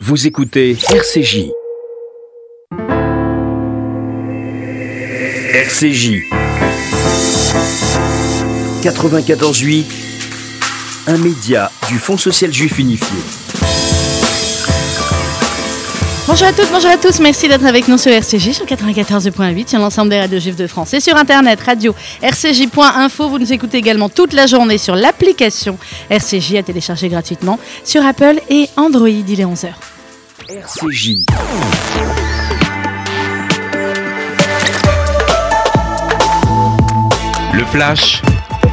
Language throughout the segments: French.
Vous écoutez RCJ. RCJ 94.8, un média du Fonds social juif unifié. Bonjour à toutes, bonjour à tous, merci d'être avec nous sur RCJ sur 94.8, sur l'ensemble des radios juifs de France et sur internet, radio rcj.info. Vous nous écoutez également toute la journée sur l'application RCJ à télécharger gratuitement sur Apple et Android. Il est 11h. RCJ. Le Flash.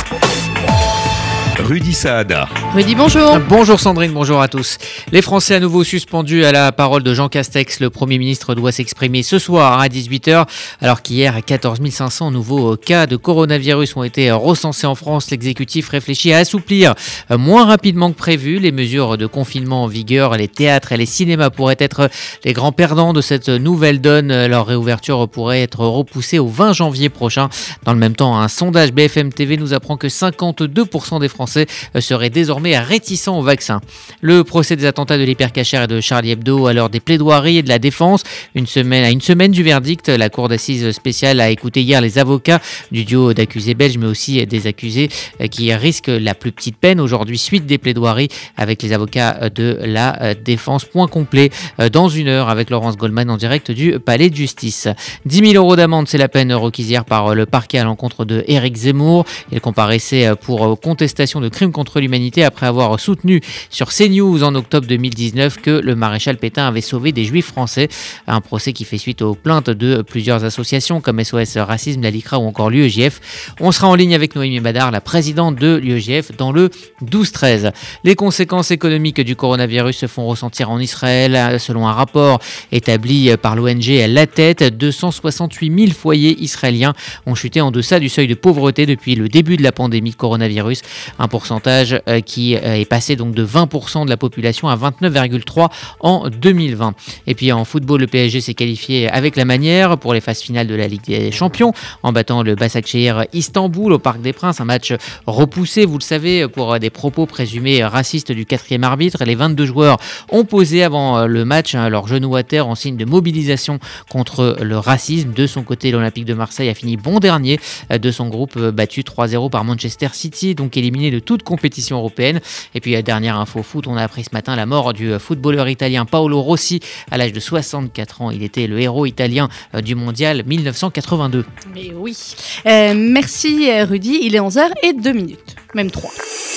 Rudy Saada. Rudy, bonjour. Bonjour Sandrine, bonjour à tous. Les Français à nouveau suspendus à la parole de Jean Castex. Le Premier ministre doit s'exprimer ce soir à 18h, alors qu'hier, 14 500 nouveaux cas de coronavirus ont été recensés en France. L'exécutif réfléchit à assouplir moins rapidement que prévu les mesures de confinement en vigueur. Les théâtres et les cinémas pourraient être les grands perdants de cette nouvelle donne. Leur réouverture pourrait être repoussée au 20 janvier prochain. Dans le même temps, un sondage BFM TV nous apprend que 52% des Français seraient désormais réticents au vaccin. Le procès des attentats de l'Hypercacher et de Charlie Hebdo à l'heure des plaidoiries et de la défense. À une semaine du verdict, la Cour d'assises spéciale a écouté hier les avocats du duo d'accusés belges, mais aussi des accusés qui risquent la plus petite peine. Aujourd'hui, suite des plaidoiries avec les avocats de la défense. Point complet dans une heure avec Laurence Goldman en direct du Palais de Justice. 10 000 euros d'amende, c'est la peine requise hier par le parquet à l'encontre de Éric Zemmour. Il comparaissait pour contestation de crimes contre l'humanité après avoir soutenu sur CNews en octobre 2019 que le maréchal Pétain avait sauvé des juifs français. Un procès qui fait suite aux plaintes de plusieurs associations comme SOS Racisme, la LICRA ou encore l'UEJF. On sera en ligne avec Noémie Badar, la présidente de l'UEJF, dans le 12-13. Les conséquences économiques du coronavirus se font ressentir en Israël. Selon un rapport établi par l'ONG La Tête, 268 000 foyers israéliens ont chuté en deçà du seuil de pauvreté depuis le début de la pandémie de coronavirus. Un pourcentage qui est passé donc de 20% de la population à 29,3% en 2020. Et puis en football, le PSG s'est qualifié avec la manière pour les phases finales de la Ligue des Champions en battant le Başakşehir Istanbul au Parc des Princes. Un match repoussé, vous le savez, pour des propos présumés racistes du quatrième arbitre. Les 22 joueurs ont posé avant le match leurs genoux à terre en signe de mobilisation contre le racisme. De son côté, l'Olympique de Marseille a fini bon dernier de son groupe, battu 3-0 par Manchester City, donc éliminé de toute compétition européenne. Et puis dernière info foot, on a appris ce matin la mort du footballeur italien Paolo Rossi à l'âge de 64 ans. Il était le héros italien du mondial 1982. Mais oui. Merci Rudy, il est 11h02, même 3.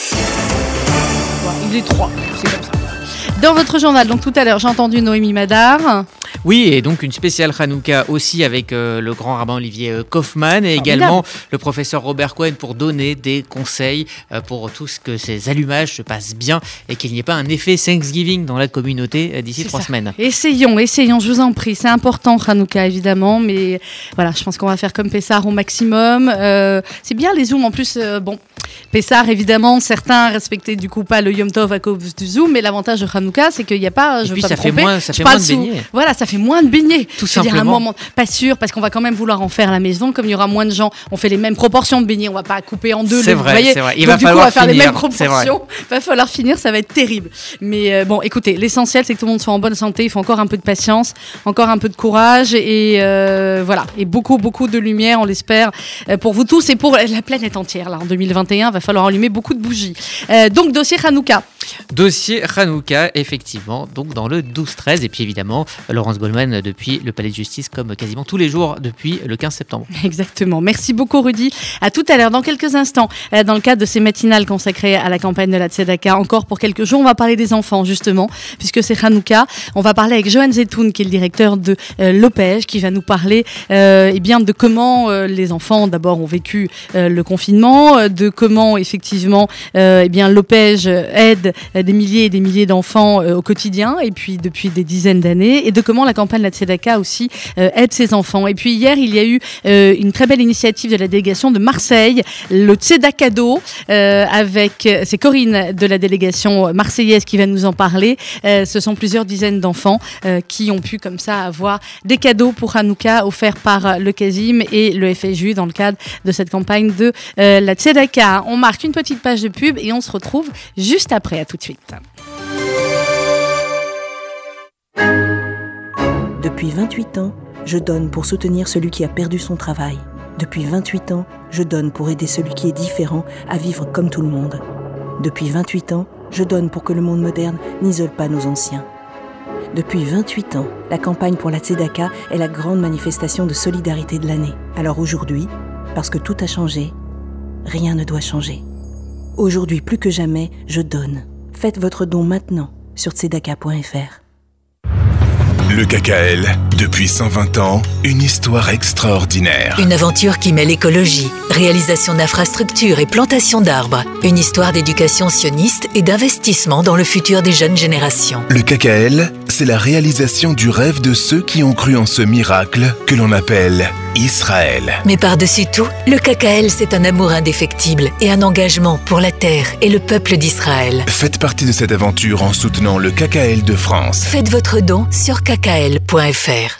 Ouais, il est 3, c'est comme ça. Dans votre journal, donc tout à l'heure, j'ai entendu Noémie Badar. Oui, et donc une spéciale Hanouka aussi avec le grand rabbin Olivier Kaufmann et également le professeur Robert Cohen pour donner des conseils pour tout ce que ces allumages se passent bien et qu'il n'y ait pas un effet Thanksgiving dans la communauté d'ici 3 semaines. Essayons, je vous en prie. C'est important Hanouka évidemment, mais voilà, je pense qu'on va faire comme Pessar au maximum. C'est bien les Zooms en plus, Pessar évidemment, certains respectaient du coup pas le Yom Tov à cause du Zoom, mais l'avantage de Hanouka, c'est qu'il n'y a pas. Et puis ça fait moins de beignets. Voilà, ça fait moins de beignets. Tout simplement. Un moment, pas sûr, parce qu'on va quand même vouloir en faire à la maison, comme il y aura moins de gens, on fait les mêmes proportions de beignets, on va pas couper en deux. C'est vrai. Il va falloir faire les mêmes proportions. Il va falloir finir, ça va être terrible. Mais écoutez, l'essentiel c'est que tout le monde soit en bonne santé. Il faut encore un peu de patience, encore un peu de courage et voilà, et beaucoup de lumière, on l'espère, pour vous tous et pour la planète entière. Là, en 2021, il va falloir allumer beaucoup de bougies. Donc dossier Hanouka. Dossier Hanouka, effectivement, donc dans le 12-13 et puis évidemment Laurence Goldman depuis le Palais de Justice comme quasiment tous les jours depuis le 15 septembre. Exactement. Merci beaucoup Rudy. À tout à l'heure. Dans quelques instants, dans le cadre de ces matinales consacrées à la campagne de la Tzedaka, encore pour quelques jours, on va parler des enfants justement, puisque c'est Hanouka. On va parler avec Johan Zetoun, qui est le directeur de l'OPEJ, qui va nous parler de comment les enfants d'abord ont vécu le confinement, de comment effectivement l'OPEJ aide des milliers et des milliers d'enfants au quotidien et puis depuis des dizaines d'années, et de comment la campagne de la Tzedaka aussi aide ces enfants. Et puis hier, il y a eu une très belle initiative de la délégation de Marseille, le Tzedakado, c'est Corinne de la délégation marseillaise qui va nous en parler. Ce sont plusieurs dizaines d'enfants qui ont pu comme ça avoir des cadeaux pour Hanouka offerts par le Kazim et le FSJU dans le cadre de cette campagne de la Tzedaka. On marque une petite page de pub et on se retrouve juste après. À tout de suite. Depuis 28 ans, je donne pour soutenir celui qui a perdu son travail. Depuis 28 ans, je donne pour aider celui qui est différent à vivre comme tout le monde. Depuis 28 ans, je donne pour que le monde moderne n'isole pas nos anciens. Depuis 28 ans, la campagne pour la Tzedaka est la grande manifestation de solidarité de l'année. Alors aujourd'hui, parce que tout a changé, rien ne doit changer. Aujourd'hui, plus que jamais, je donne. Faites votre don maintenant sur tzedaka.fr. Le KKL, depuis 120 ans, une histoire extraordinaire. Une aventure qui mêle écologie, réalisation d'infrastructures et plantation d'arbres. Une histoire d'éducation sioniste et d'investissement dans le futur des jeunes générations. Le KKL, c'est la réalisation du rêve de ceux qui ont cru en ce miracle que l'on appelle Israël. Mais par-dessus tout, le KKL, c'est un amour indéfectible et un engagement pour la terre et le peuple d'Israël. Faites partie de cette aventure en soutenant le KKL de France. Faites votre don sur kkl.fr.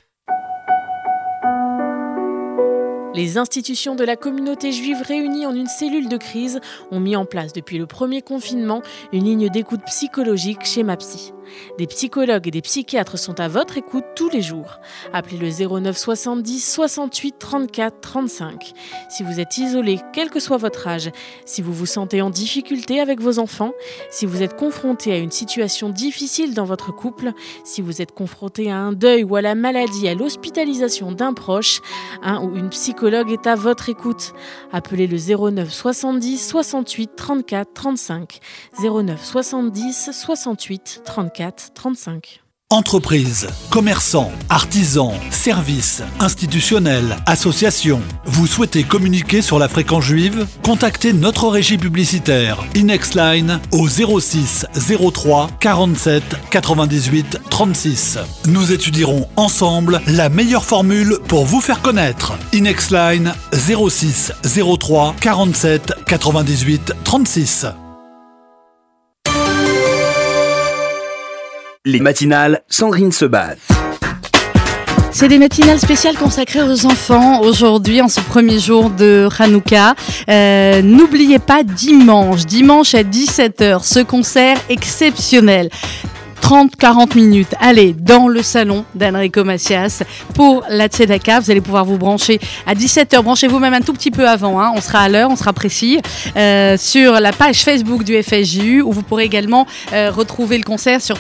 Les institutions de la communauté juive réunies en une cellule de crise ont mis en place depuis le premier confinement une ligne d'écoute psychologique chez MAPSY. Des psychologues et des psychiatres sont à votre écoute tous les jours. Appelez le 09 70 68 34 35. Si vous êtes isolé, quel que soit votre âge, si vous vous sentez en difficulté avec vos enfants, si vous êtes confronté à une situation difficile dans votre couple, si vous êtes confronté à un deuil ou à la maladie, à l'hospitalisation d'un proche, un ou une psychologue est à votre écoute. Appelez le 09 70 68 34 35. 09 70 68 34 35. Entreprises, commerçants, artisans, services, institutionnels, associations. Vous souhaitez communiquer sur la fréquence juive? Contactez notre régie publicitaire Inexline au 06 03 47 98 36. Nous étudierons ensemble la meilleure formule pour vous faire connaître. Inexline 06 03 47 98 36. Les matinales, Sandrine Sebat. C'est des matinales spéciales consacrées aux enfants aujourd'hui en ce premier jour de Hanouka. N'oubliez pas dimanche à 17h, ce concert exceptionnel. 30-40 minutes, allez, dans le salon d'Enrico Macias pour la Tzedaka. Vous allez pouvoir vous brancher à 17h. Branchez-vous même un tout petit peu avant, hein. On sera à l'heure, on sera précis. Sur la page Facebook du FSJU, où vous pourrez également retrouver le concert sur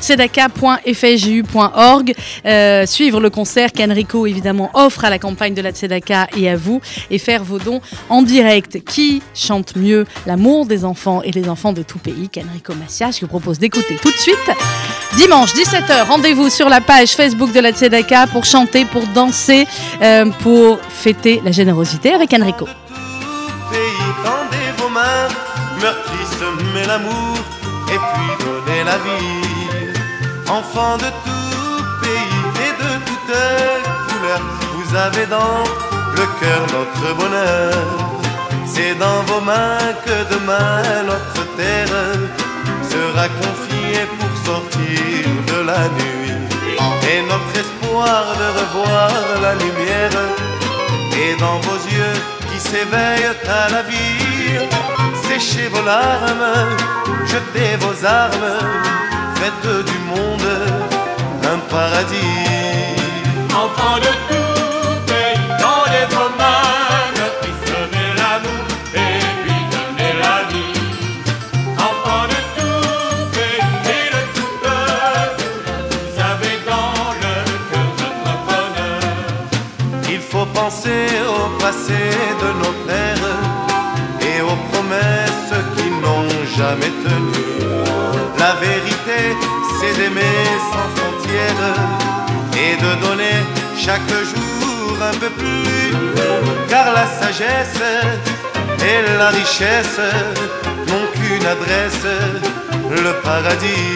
tzedaka.fsju.org. Suivre le concert qu'Enrico, évidemment, offre à la campagne de la Tzedaka et à vous, et faire vos dons en direct. Qui chante mieux l'amour des enfants et les enfants de tout pays qu'Enrico Macias? Je vous propose d'écouter tout de suite. Dimanche 17h, rendez-vous sur la page Facebook de la Tzedaka pour chanter, pour danser, pour fêter la générosité avec Enrico. Pays, tendez vos mains, meurtri semez l'amour et puis donnez la vie. Enfants de tout pays et de toute couleur, vous avez dans le cœur notre bonheur. C'est dans vos mains que demain notre terre sera confiée pour sortir de la nuit. Et notre espoir de revoir la lumière est dans vos yeux qui s'éveillent à la vie. Séchez vos larmes, jetez vos armes, faites du monde un paradis. Enfants de tout pays, tendez vos mains, semez l'amour et puis donnez la vie. Enfants de tout pays et de tout peuple, vous avez dans le cœur notre bonheur. Il faut penser au passé de nos pères et aux promesses qui n'ont jamais tenu. La vérité, c'est d'aimer sans frontières et de donner chaque jour un peu plus. Car la sagesse et la richesse n'ont qu'une adresse, le paradis.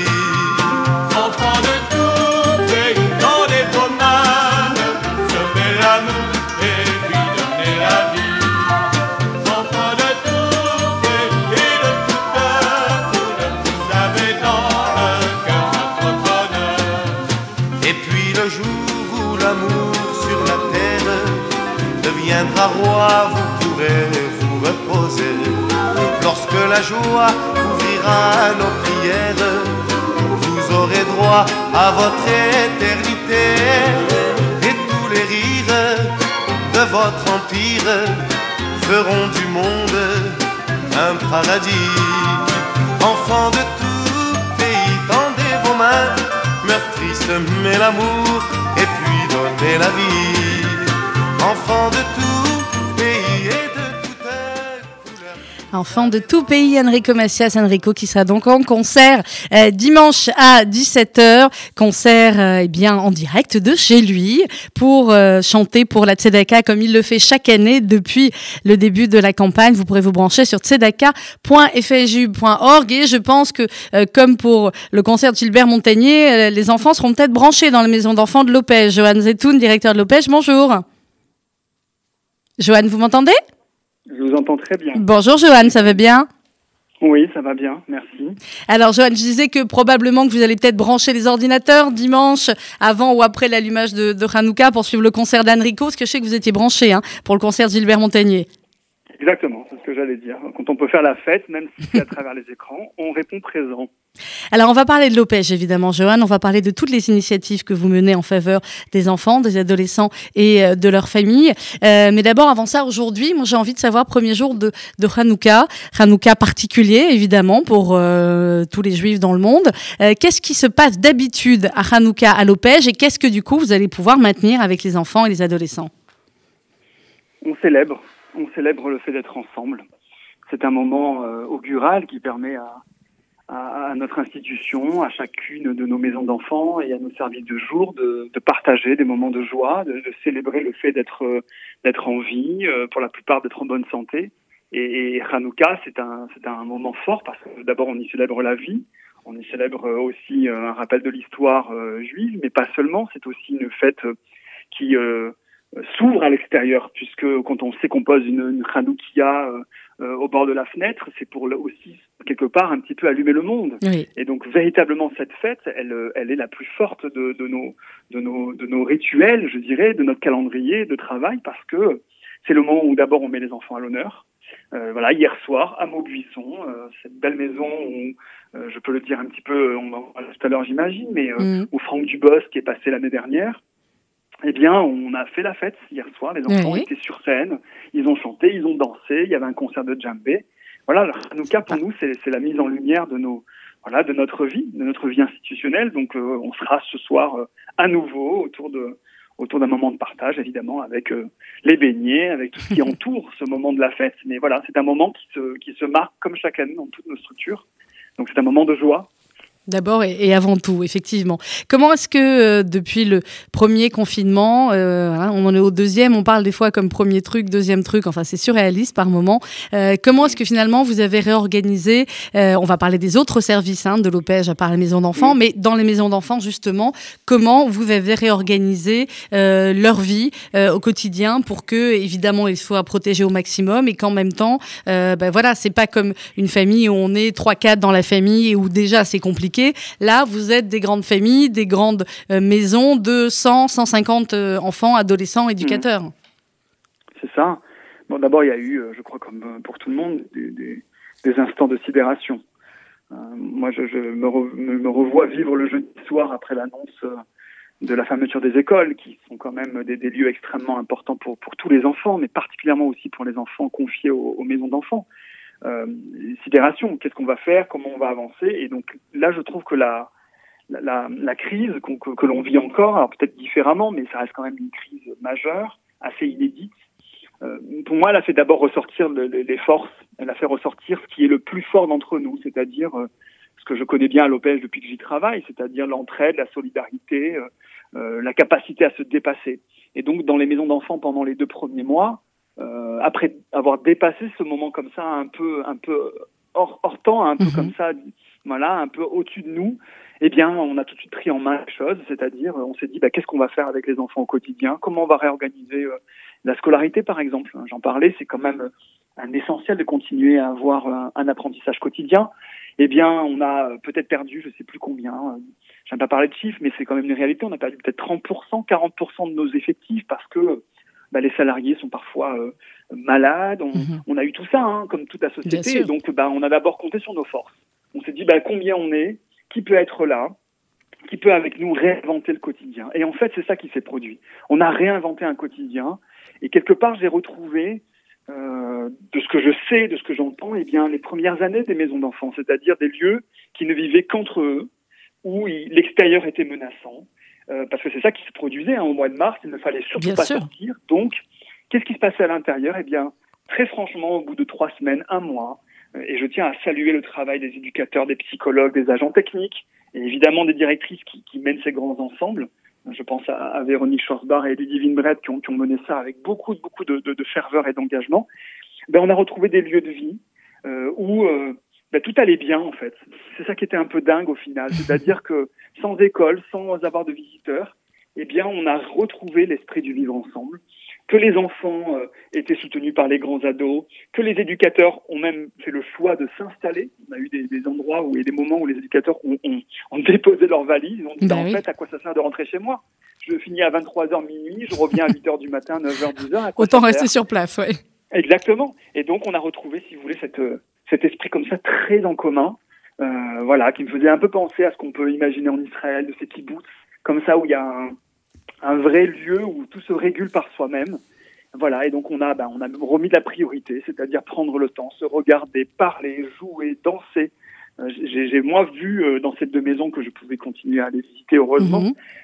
Enfants de tout pays, tendez vos mains, semez l'amour et puis donnez la vie. Enfants de tout pays et de tout peuple, vous avez dans le cœur notre bonheur. Et puis le jour où l'amour sur la terre deviendra roi, vous pourrez vous reposer. Lorsque la joie ouvrira nos prières, vous aurez droit à votre éternité. périr de votre empire feront du monde un paradis. Enfants de tout pays, tendez vos mains, meurtri, semez l'amour et puis donnez la vie. Enfants de tout pays et de toute couleur. Enfant de tout pays, Enrico Macias, Enrico qui sera donc en concert dimanche à 17h, concert eh bien en direct de chez lui pour chanter pour la Tzedaka comme il le fait chaque année depuis le début de la campagne. Vous pourrez vous brancher sur tzedaka.fju.org et je pense que comme pour le concert de Gilbert Montagnier, les enfants seront peut-être branchés dans la maison d'enfants de Lopez. Johan Zetoun, directeur de Lopez, bonjour. Johan, vous m'entendez ? Je vous entends très bien. Bonjour Johan, ça va bien ? Oui, ça va bien, merci. Alors Johan, je disais que probablement que vous allez peut-être brancher les ordinateurs dimanche avant ou après l'allumage de Hanouka pour suivre le concert d'Enrico, parce que je sais que vous étiez branché pour le concert de Gilbert Montagnier. Exactement, c'est ce que j'allais dire. Quand on peut faire la fête, même si c'est à travers les écrans, on répond présent. Alors on va parler de Lopez évidemment Johan, on va parler de toutes les initiatives que vous menez en faveur des enfants, des adolescents et de leurs familles. Mais d'abord avant ça, aujourd'hui, moi j'ai envie de savoir, premier jour de Hanouka particulier évidemment pour tous les juifs dans le monde. Qu'est-ce qui se passe d'habitude à Hanouka à Lopez et qu'est-ce que du coup vous allez pouvoir maintenir avec les enfants et les adolescents ? On célèbre le fait d'être ensemble. C'est un moment augural qui permet à notre institution, à chacune de nos maisons d'enfants et à nos services de jour de partager des moments de joie, de célébrer le fait d'être en vie, pour la plupart d'être en bonne santé. Et Hanouka, c'est un moment fort parce que d'abord on y célèbre la vie, on y célèbre aussi un rappel de l'histoire juive, mais pas seulement, c'est aussi une fête qui s'ouvre à l'extérieur, puisque quand on sait qu'on pose une Hanoukia au bord de la fenêtre, c'est pour aussi quelque part un petit peu allumer le monde. Oui. Et donc véritablement cette fête, elle est la plus forte de nos rituels, je dirais, de notre calendrier de travail, parce que c'est le moment où d'abord on met les enfants à l'honneur. Voilà, hier soir à Maubuisson, cette belle maison où je peux le dire un petit peu, on en parle tout à l'heure j'imagine, mais où Franck Dubos qui est passé l'année dernière. Eh bien, on a fait la fête hier soir. Les enfants étaient sur scène, ils ont chanté, ils ont dansé. Il y avait un concert de djembé. Voilà, le Hanouka pour nous, c'est la mise en lumière de notre vie institutionnelle. Donc, on sera ce soir à nouveau autour d'un moment de partage, évidemment, avec les beignets, avec tout ce qui entoure ce moment de la fête. Mais voilà, c'est un moment qui se marque comme chaque année dans toutes nos structures. Donc, c'est un moment de joie. D'abord et avant tout, effectivement. Comment est-ce que depuis le premier confinement, on en est au deuxième, on parle des fois comme premier truc, deuxième truc, enfin c'est surréaliste par moment. Comment est-ce que finalement vous avez réorganisé, on va parler des autres services de Lopez à part les maisons d'enfants, mais dans les maisons d'enfants justement, comment vous avez réorganisé leur vie au quotidien pour que évidemment ils soient protégés au maximum et qu'en même temps, voilà, c'est pas comme une famille où on est 3-4 dans la famille et où déjà c'est compliqué. Là, vous êtes des grandes familles, des grandes maisons de 100, 150 enfants, adolescents, éducateurs. C'est ça. Bon, d'abord, il y a eu, je crois, comme pour tout le monde, des instants de sidération. Moi, je me revois vivre le jeudi soir après l'annonce de la fermeture des écoles, qui sont quand même des lieux extrêmement importants pour tous les enfants, mais particulièrement aussi pour les enfants confiés aux maisons d'enfants. Sidération, qu'est-ce qu'on va faire, comment on va avancer, et donc là je trouve que la crise que l'on vit encore, alors peut-être différemment, mais ça reste quand même une crise majeure, assez inédite. Pour moi, elle a fait d'abord ressortir les forces, elle a fait ressortir ce qui est le plus fort d'entre nous, c'est-à-dire ce que je connais bien à Lopez depuis que j'y travaille, c'est-à-dire l'entraide, la solidarité, la capacité à se dépasser. Et donc dans les maisons d'enfants pendant les 2 premiers mois, après avoir dépassé ce moment comme ça, un peu hors temps, un peu comme ça, voilà, un peu au-dessus de nous, eh bien, on a tout de suite pris en main la chose, c'est-à-dire, on s'est dit, qu'est-ce qu'on va faire avec les enfants au quotidien, comment on va réorganiser la scolarité, par exemple. J'en parlais, c'est quand même un essentiel de continuer à avoir un apprentissage quotidien. Eh bien, on a peut-être perdu, je sais plus combien, je n'aime pas parler de chiffres, mais c'est quand même une réalité, on a perdu peut-être 30%, 40% de nos effectifs parce que les salariés sont parfois malades, on a eu tout ça, comme toute la société, et donc on a d'abord compté sur nos forces. On s'est dit combien on est, qui peut être là, qui peut avec nous réinventer le quotidien. Et en fait, c'est ça qui s'est produit. On a réinventé un quotidien et quelque part, j'ai retrouvé, de ce que je sais, de ce que j'entends, eh bien, les premières années des maisons d'enfants, c'est-à-dire des lieux qui ne vivaient qu'entre eux, où l'extérieur était menaçant, parce que c'est ça qui se produisait au mois de mars, il ne fallait surtout pas sortir. Donc, qu'est-ce qui se passait à l'intérieur ? Eh bien, très franchement, au bout de 3 semaines, 1 mois, et je tiens à saluer le travail des éducateurs, des psychologues, des agents techniques, et évidemment des directrices qui mènent ces grands ensembles. Je pense à Véronique Schwarzbach et Ludivine Brett qui ont mené ça avec beaucoup de ferveur et d'engagement. On a retrouvé des lieux de vie où tout allait bien en fait. C'est ça qui était un peu dingue au final. C'est-à-dire que sans école, sans avoir de visiteurs, eh bien on a retrouvé l'esprit du vivre ensemble, que les enfants étaient soutenus par les grands ados, que les éducateurs ont même fait le choix de s'installer. On a eu des endroits où il y a des moments où les éducateurs ont déposé leurs valises, ils ont dit en fait à quoi ça sert de rentrer chez moi ? Je finis à 23h minuit, je reviens à 8h du matin, 9h, 10h. Autant rester sur place, ouais. Exactement. Et donc on a retrouvé, si vous voulez, cet esprit comme ça très en commun, qui me faisait un peu penser à ce qu'on peut imaginer en Israël, de ces kibbutz, comme ça où il y a un vrai lieu où tout se régule par soi-même. Voilà, et donc on a remis de la priorité, c'est-à-dire prendre le temps, se regarder, parler, jouer, danser. J'ai moi vu dans ces 2 maisons que je pouvais continuer à les visiter heureusement,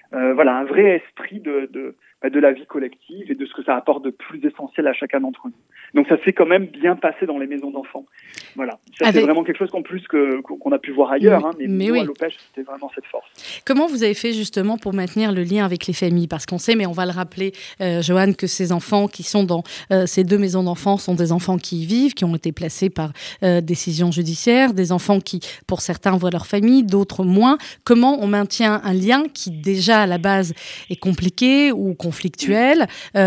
un vrai esprit de la vie collective et de ce que ça apporte de plus essentiel à chacun d'entre nous. Donc ça s'est quand même bien passé dans les maisons d'enfants. Voilà, ça c'est vraiment quelque chose qu'en plus qu'on a pu voir ailleurs, mais nous, à l'Opège, c'était vraiment cette force. Comment vous avez fait justement pour maintenir le lien avec les familles ? Parce qu'on sait, mais on va le rappeler, Johan, que ces enfants qui sont dans ces 2 maisons d'enfants sont des enfants qui y vivent, qui ont été placés par décision judiciaire, des enfants qui, pour certains, voient leur famille, d'autres moins. Comment on maintient un lien qui déjà à la base est compliqué ou conflictuel ?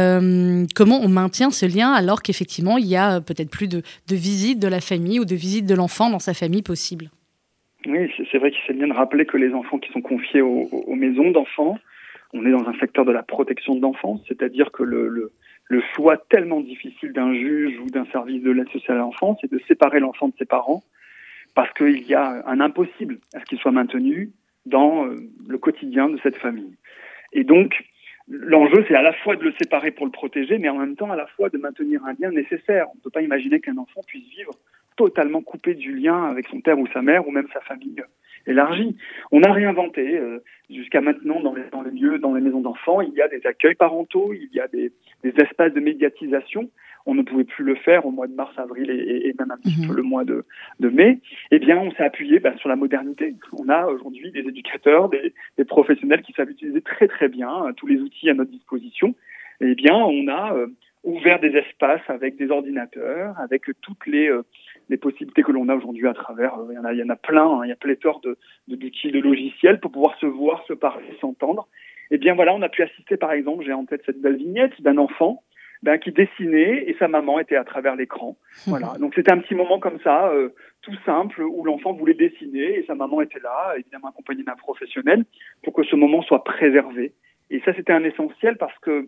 Comment on maintient ce lien alors qu'effectivement il y a peut-être plus de visite de la famille ou de visite de l'enfant dans sa famille possible ? Oui, c'est vrai qu'il c'est bien de rappeler que les enfants qui sont confiés aux maisons d'enfants, on est dans un secteur de la protection de l'enfance, c'est-à-dire que le choix tellement difficile d'un juge ou d'un service de l'aide sociale à l'enfance, c'est de séparer l'enfant de ses parents, parce qu'il y a un impossible à ce qu'il soit maintenu dans le quotidien de cette famille. Et donc, l'enjeu, c'est à la fois de le séparer pour le protéger, mais en même temps, à la fois de maintenir un lien nécessaire. On ne peut pas imaginer qu'un enfant puisse vivre totalement coupé du lien avec son père ou sa mère, ou même sa famille élargie. On a réinventé, jusqu'à maintenant, dans les lieux, dans les maisons d'enfants, il y a des accueils parentaux, il y a des espaces de médiatisation. On ne pouvait plus le faire au mois de mars, avril et même un petit peu le mois de mai. Eh bien, on s'est appuyé sur la modernité. On a aujourd'hui des éducateurs, des professionnels qui savent utiliser très très bien tous les outils à notre disposition. Eh bien, on a ouvert des espaces avec des ordinateurs, avec toutes les possibilités que l'on a aujourd'hui à travers. Il y en a plein, il y a pléthore d'outils, de logiciels pour pouvoir se voir, se parler, s'entendre. Eh bien, voilà, on a pu assister, par exemple, j'ai en tête cette belle vignette d'un enfant qui dessinait et sa maman était à travers l'écran. Voilà. Donc c'était un petit moment comme ça, tout simple, où l'enfant voulait dessiner et sa maman était là, évidemment accompagnée d'un professionnel, pour que ce moment soit préservé. Et ça, c'était un essentiel parce que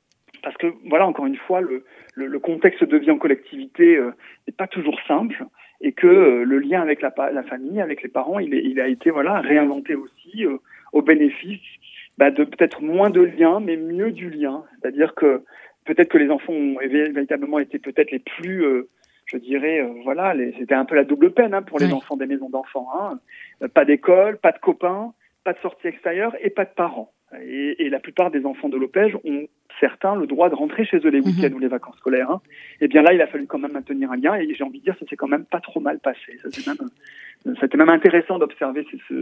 voilà, encore une fois, le contexte de vie en collectivité n'est pas toujours simple et que le lien avec la famille, avec les parents, il a été réinventé aussi au bénéfice de peut-être moins de liens, mais mieux du lien. C'est-à-dire que peut-être que les enfants ont véritablement été peut-être les plus, c'était un peu la double peine pour les enfants des maisons d'enfants. Pas d'école, pas de copains, pas de sortie extérieure et pas de parents. Et la plupart des enfants de l'Opège ont certains le droit de rentrer chez eux les week-ends ou les vacances scolaires. Et bien là, il a fallu quand même maintenir un lien et j'ai envie de dire que ça s'est quand même pas trop mal passé. C'était même intéressant d'observer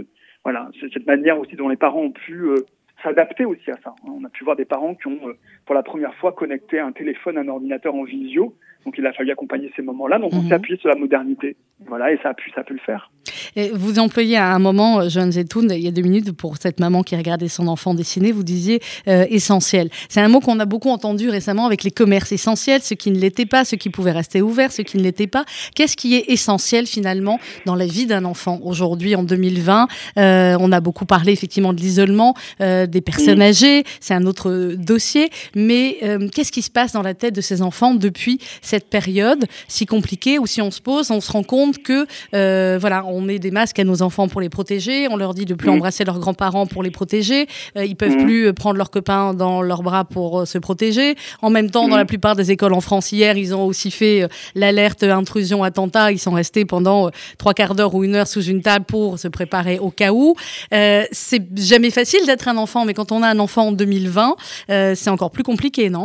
cette manière aussi dont les parents ont pu s'adapter aussi à ça. On a pu voir des parents qui ont pour la première fois connecté un téléphone, un ordinateur en visio. Donc il a fallu accompagner ces moments-là. Donc on s'est appuyé sur la modernité. Voilà, et ça a pu le faire. Et vous employez à un moment, Johan Zetoun, il y a 2 minutes, pour cette maman qui regardait son enfant dessiner, vous disiez essentiel. C'est un mot qu'on a beaucoup entendu récemment avec les commerces essentiels, ceux qui ne l'étaient pas, ceux qui pouvaient rester ouverts, ceux qui ne l'étaient pas. Qu'est-ce qui est essentiel finalement dans la vie d'un enfant aujourd'hui, en 2020 on a beaucoup parlé effectivement de l'isolement des personnes âgées, c'est un autre dossier, mais qu'est-ce qui se passe dans la tête de ces enfants depuis cette période si compliquée où si on se pose, on se rend compte que on met des masques à nos enfants pour les protéger, on leur dit de plus embrasser leurs grands-parents pour les protéger, ils peuvent plus prendre leurs copains dans leurs bras pour se protéger. En même temps, dans la plupart des écoles en France hier, ils ont aussi fait l'alerte intrusion attentat, ils sont restés pendant 3/4 d'heure ou 1 heure sous une table pour se préparer au cas où. C'est jamais facile d'être un enfant, mais quand on a un enfant en 2020, c'est encore plus compliqué, non ?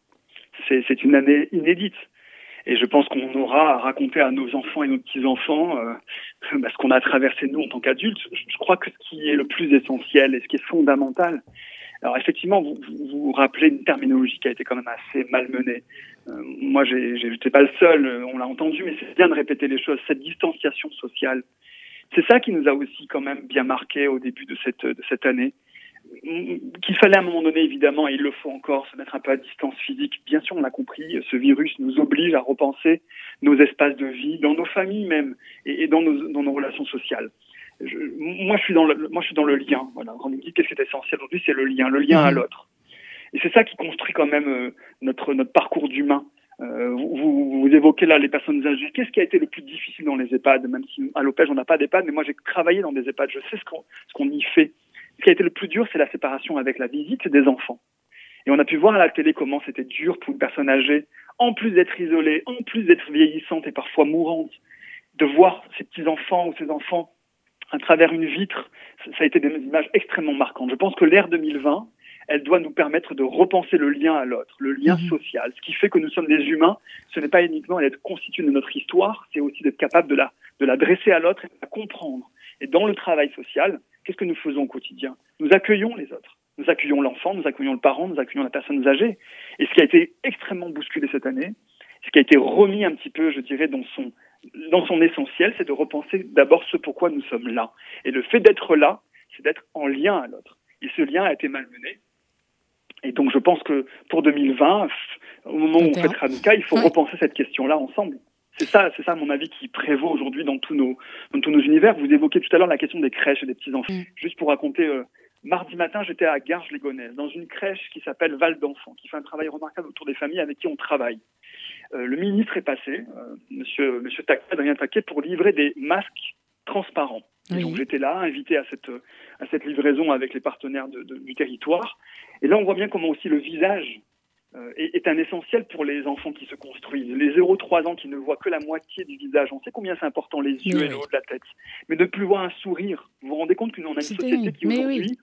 C'est une année inédite. Et je pense qu'on aura à raconter à nos enfants et nos petits-enfants ce qu'on a traversé nous en tant qu'adultes. Je crois que ce qui est le plus essentiel et ce qui est fondamental, alors effectivement, vous rappelez une terminologie qui a été quand même assez malmenée. Moi, j'étais pas le seul, on l'a entendu, mais c'est bien de répéter les choses. Cette distanciation sociale, c'est ça qui nous a aussi quand même bien marqué au début de cette année. Qu'il fallait à un moment donné, évidemment, et il le faut encore, se mettre un peu à distance physique. Bien sûr, on l'a compris, ce virus nous oblige à repenser nos espaces de vie, dans nos familles même, et dans nos relations sociales. Moi, je suis dans le lien. Voilà. Quand on me dit qu'est-ce qui est essentiel aujourd'hui, c'est le lien à l'autre. Et c'est ça qui construit quand même notre parcours d'humain. Vous évoquez là les personnes âgées. Qu'est-ce qui a été le plus difficile dans les EHPAD? Même si à l'OPEJ on n'a pas d'EHPAD, mais moi j'ai travaillé dans des EHPAD, je sais ce qu'on y fait. Ce qui a été le plus dur, c'est la séparation avec la visite des enfants. Et on a pu voir à la télé comment c'était dur pour une personne âgée, en plus d'être isolée, en plus d'être vieillissante et parfois mourante, de voir ses petits-enfants ou ses enfants à travers une vitre. Ça a été des images extrêmement marquantes. Je pense que l'ère 2020, elle doit nous permettre de repenser le lien à l'autre, le lien social. Ce qui fait que nous sommes des humains, ce n'est pas uniquement d'être constitué de notre histoire, c'est aussi d'être capable de la dresser à l'autre et de la comprendre. Et dans le travail social, qu'est-ce que nous faisons au quotidien? Nous accueillons les autres. Nous accueillons l'enfant, nous accueillons le parent, nous accueillons la personne âgée. Et ce qui a été extrêmement bousculé cette année, ce qui a été remis un petit peu, je dirais, dans son essentiel, c'est de repenser d'abord ce pourquoi nous sommes là. Et le fait d'être là, c'est d'être en lien à l'autre. Et ce lien a été malmené. Et donc je pense que pour 2020, au moment où on fête Hanouka, il faut repenser cette question-là ensemble. C'est ça, à mon avis, qui prévaut aujourd'hui dans tous nos univers. Vous évoquiez tout à l'heure la question des crèches et des petits-enfants. Juste pour raconter, mardi matin, j'étais à Garges-les-Gonesse, dans une crèche qui s'appelle Val d'Enfants, qui fait un travail remarquable autour des familles avec qui on travaille. Le ministre est passé, monsieur Taquet, Adrien Taquet, pour livrer des masques transparents. Et donc j'étais là, invité à cette livraison avec les partenaires du territoire. Et là, on voit bien comment aussi le visage est un essentiel pour les enfants qui se construisent. Les 0-3 ans qui ne voient que la moitié du visage. On sait combien c'est important, les yeux et le haut de la tête. Mais de ne plus voir un sourire. Vous vous rendez compte qu'on a une société qui aujourd'hui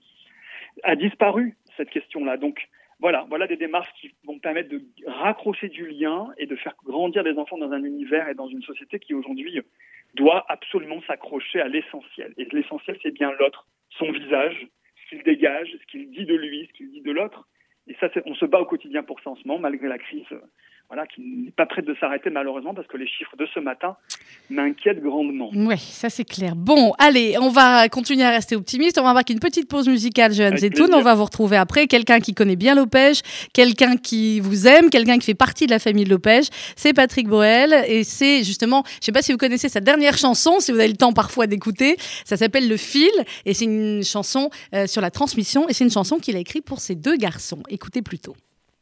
a disparu, cette question-là. Donc voilà des démarches qui vont permettre de raccrocher du lien et de faire grandir des enfants dans un univers et dans une société qui aujourd'hui doit absolument s'accrocher à l'essentiel. Et l'essentiel, c'est bien l'autre, son visage, ce qu'il dégage, ce qu'il dit de lui, ce qu'il dit de l'autre. Et ça, on se bat au quotidien pour ça en ce moment, malgré la crise, qui n'est pas prête de s'arrêter malheureusement, parce que les chiffres de ce matin m'inquiètent grandement. Oui, ça c'est clair. Bon, allez, on va continuer à rester optimiste. On va marquer une petite pause musicale, Johan Zetoun. On va vous retrouver après. Quelqu'un qui connaît bien l'OPEJ, quelqu'un qui vous aime, quelqu'un qui fait partie de la famille de l'OPEJ. C'est Patrick Boel. Et c'est justement, je ne sais pas si vous connaissez sa dernière chanson, si vous avez le temps parfois d'écouter. Ça s'appelle Le Fil. Et c'est une chanson sur la transmission. Et c'est une chanson qu'il a écrite pour ses 2 garçons. Écoutez plutôt.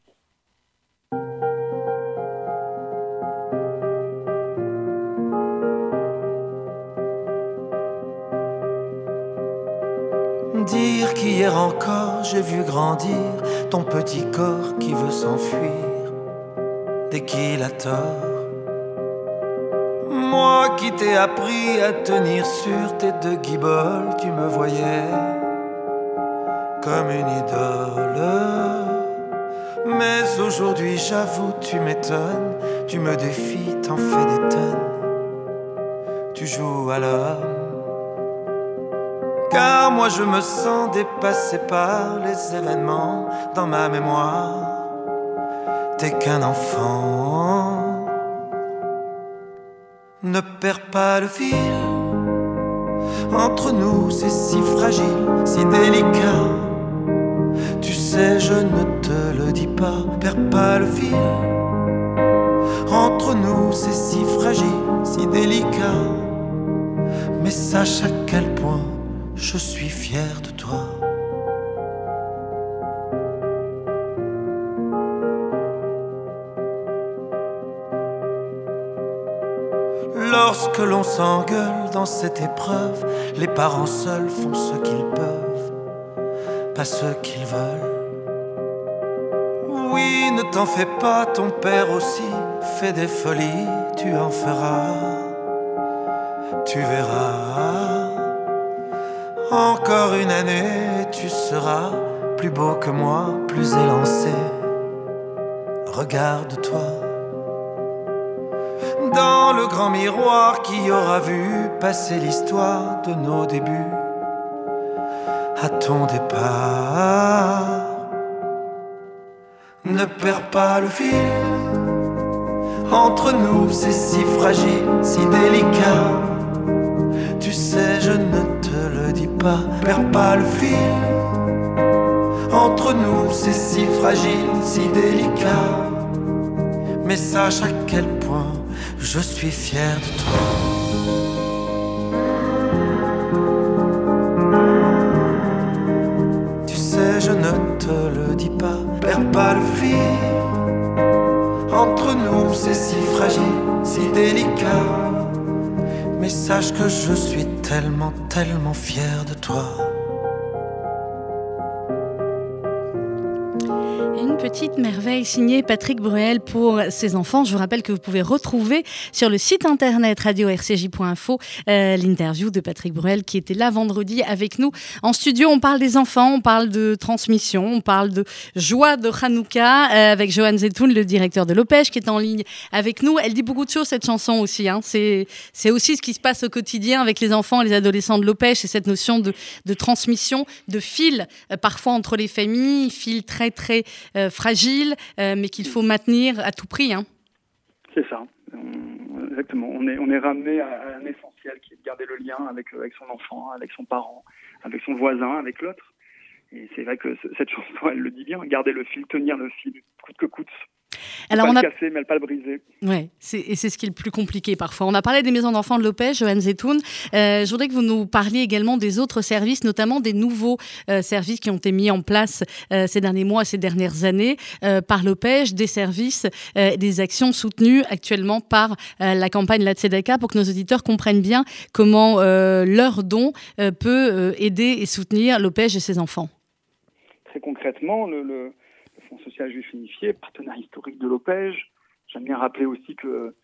Dire qu'hier encore j'ai vu grandir ton petit corps qui veut s'enfuir dès qu'il a tort. Moi qui t'ai appris à tenir sur tes 2 guiboles, tu me voyais comme une idole. Mais aujourd'hui j'avoue tu m'étonnes, tu me défies, t'en fais des tonnes, tu joues à l'homme. Car moi je me sens dépassé par les événements dans ma mémoire. T'es qu'un enfant. Ne perds pas le fil. Entre nous c'est si fragile, si délicat. Tu sais je ne te le dis pas. Perds pas le fil. Entre nous c'est si fragile, si délicat. Mais sache à quel point je suis fier de toi. Lorsque l'on s'engueule dans cette épreuve, les parents seuls font ce qu'ils peuvent, pas ce qu'ils veulent. Oui, ne t'en fais pas, ton père aussi fait des folies, tu en feras, tu verras. Encore une année, tu seras plus beau que moi, plus élancé. Regarde-toi dans le grand miroir qui aura vu passer l'histoire de nos débuts à ton départ. Ne perds pas le fil, entre nous c'est si fragile, si délicat. Tu sais, je ne te le dis pas, perds pas le fil. Entre nous c'est si fragile, si délicat. Mais sache à quel point je suis fier de toi. Tu sais, je ne te le dis pas, perds pas le fil. Entre nous c'est si fragile, si délicat. Mais sache que je suis tellement, tellement fier de toi. Une petite merveille signée Patrick Bruel pour ses enfants. Je vous rappelle que vous pouvez retrouver sur le site internet radio-rcj.info l'interview de Patrick Bruel qui était là vendredi avec nous en studio. On parle des enfants, on parle de transmission, on parle de joie de Hanouka avec Joanne Zetoun, le directeur de l'Opège, qui est en ligne avec nous. Elle dit beaucoup de choses, cette chanson aussi. C'est aussi ce qui se passe au quotidien avec les enfants et les adolescents de l'Opège. C'est cette notion de transmission, de fil parfois entre les familles, fil très très fragile, mais qu'il faut maintenir à tout prix. C'est ça, exactement. On est ramené à un essentiel qui est de garder le lien avec son enfant, avec son parent, avec son voisin, avec l'autre. Et c'est vrai que cette chanson, elle le dit bien, garder le fil, tenir le fil, coûte que coûte. Alors pas le casser, mais pas le briser. Ouais, c'est ce qui est le plus compliqué parfois. On a parlé des maisons d'enfants de l'Opège, Joanne Zetoun. Je voudrais que vous nous parliez également des autres services, notamment des nouveaux services qui ont été mis en place ces derniers mois, ces dernières années par l'Opège, des services, des actions soutenues actuellement par la campagne La Tzedaka, pour que nos auditeurs comprennent bien comment leur don peut aider et soutenir l'Opège et ses enfants. Très concrètement, le Fonds social juif unifié, partenaire historique de l'Opège. J'aime bien rappeler aussi que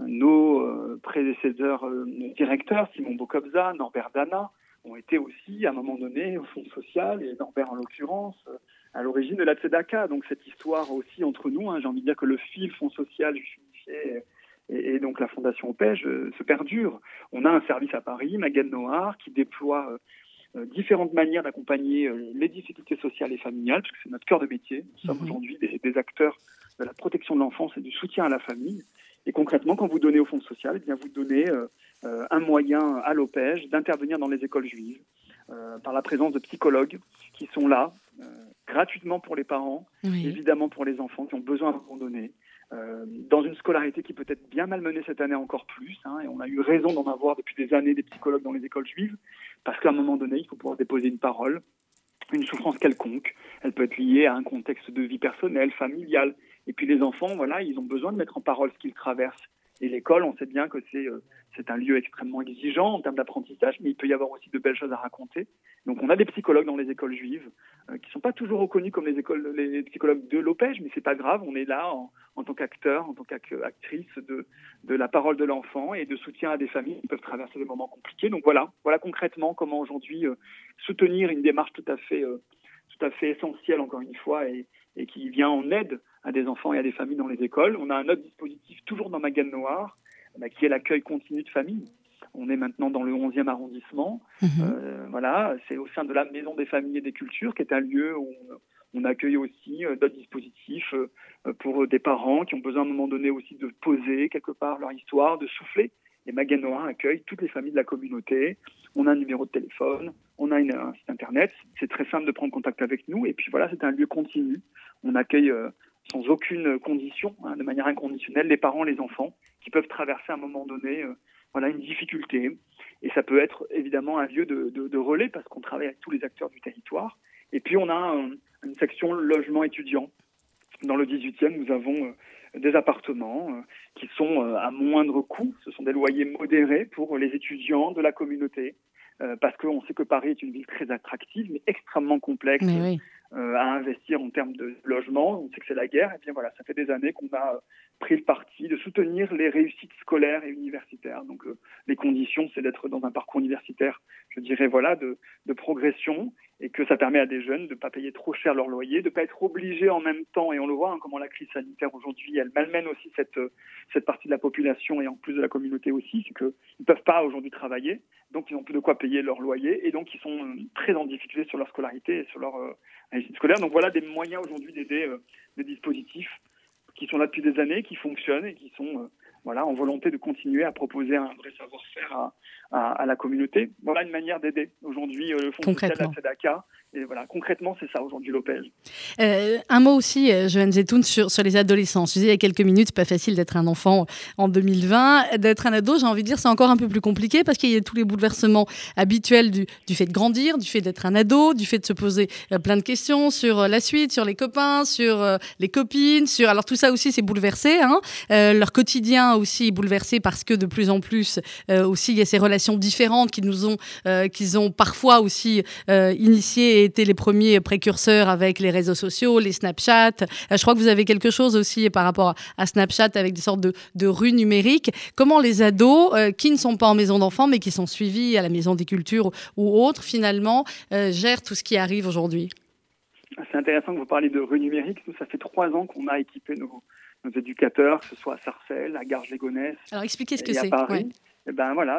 nos prédécesseurs directeurs, Simon Bokobza, Norbert Dana, ont été aussi, à un moment donné, au Fonds social, et Norbert en l'occurrence, à l'origine de la Tzedaka. Donc cette histoire aussi entre nous, j'ai envie de dire que le fil Fonds social juif unifié et donc la Fondation Opège se perdure. On a un service à Paris, Magen Noir, qui déploie différentes manières d'accompagner les difficultés sociales et familiales, parce que c'est notre cœur de métier. Nous sommes aujourd'hui des acteurs de la protection de l'enfance et du soutien à la famille. Et concrètement, quand vous donnez au Fonds social, eh bien vous donnez un moyen à l'Opège d'intervenir dans les écoles juives par la présence de psychologues qui sont là gratuitement pour les parents, évidemment pour les enfants qui ont besoin d'un moment donné. Dans une scolarité qui peut être bien malmenée cette année encore plus, et on a eu raison d'en avoir depuis des années des psychologues dans les écoles juives, parce qu'à un moment donné, il faut pouvoir déposer une parole, une souffrance quelconque. Elle peut être liée à un contexte de vie personnelle, familiale. Et puis les enfants, voilà, ils ont besoin de mettre en parole ce qu'ils traversent. Et l'école, on sait bien que c'est un lieu extrêmement exigeant en termes d'apprentissage, mais il peut y avoir aussi de belles choses à raconter. Donc on a des psychologues dans les écoles juives qui sont pas toujours reconnus comme les psychologues de l'Opège, mais c'est pas grave, on est là en tant qu'acteur, en tant qu'actrice de la parole de l'enfant et de soutien à des familles qui peuvent traverser des moments compliqués. Donc voilà concrètement comment aujourd'hui soutenir une démarche tout à fait essentielle encore une fois et qui vient en aide à des enfants et à des familles dans les écoles. On a un autre dispositif toujours dans Magen Noir, qui est l'accueil continu de famille. On est maintenant dans le 11e arrondissement. Voilà, c'est au sein de la Maison des familles et des cultures, qui est un lieu où on accueille aussi d'autres dispositifs pour des parents qui ont besoin à un moment donné aussi de poser quelque part leur histoire, de souffler. Et Magen Noir accueille toutes les familles de la communauté. On a un numéro de téléphone, on a un site internet. C'est très simple de prendre contact avec nous. Et puis voilà, c'est un lieu continu. On accueille sans aucune condition, de manière inconditionnelle, les parents, les enfants, qui peuvent traverser à un moment donné une difficulté. Et ça peut être évidemment un lieu de relais, parce qu'on travaille avec tous les acteurs du territoire. Et puis on a une section logement étudiant. Dans le 18e, nous avons des appartements qui sont à moindre coût. Ce sont des loyers modérés pour les étudiants de la communauté. Parce qu'on sait que Paris est une ville très attractive, mais extrêmement complexe à investir en termes de logement. On sait que c'est la guerre. Et bien voilà, ça fait des années qu'on a pris le parti de soutenir les réussites scolaires et universitaires. Donc les conditions, c'est d'être dans un parcours universitaire, je dirais, voilà, de progression, et que ça permet à des jeunes de ne pas payer trop cher leur loyer, de ne pas être obligés en même temps, et on le voit comment la crise sanitaire aujourd'hui, elle malmène aussi cette partie de la population et en plus de la communauté aussi, c'est qu'ils ne peuvent pas aujourd'hui travailler, donc ils n'ont plus de quoi payer leur loyer, et donc ils sont très en difficulté sur leur scolarité et sur leur réussite scolaire. Donc voilà des moyens aujourd'hui d'aider des dispositifs qui sont là depuis des années, qui fonctionnent et qui sont en volonté de continuer à proposer un vrai savoir-faire à la communauté. Voilà une manière d'aider aujourd'hui le Fonds social de la Tzedaka. Et voilà, concrètement, c'est ça aujourd'hui l'OPEJ. Un mot aussi, Johan Zetoun, sur les adolescents. Je disais il y a quelques minutes, c'est pas facile d'être un enfant en 2020. D'être un ado, j'ai envie de dire, c'est encore un peu plus compliqué parce qu'il y a tous les bouleversements habituels du fait de grandir, du fait d'être un ado, du fait de se poser plein de questions sur la suite, sur les copains, sur les copines, alors tout ça aussi c'est bouleversé. Leur quotidien aussi est bouleversé parce que de plus en plus aussi il y a ces relations différentes qu'ils ont parfois aussi initiées et été les premiers précurseurs avec les réseaux sociaux, les Snapchat. Je crois que vous avez quelque chose aussi par rapport à Snapchat avec des sortes de rues numériques. Comment les ados qui ne sont pas en maison d'enfants mais qui sont suivis à la maison des cultures ou autres finalement gèrent tout ce qui arrive aujourd'hui? C'est intéressant que vous parliez de rues numériques. Nous, ça fait 3 ans qu'on a équipé nos éducateurs, que ce soit à Sarcelles, à Garges-les-Gonesse. Alors expliquez ce que c'est. À Paris. Et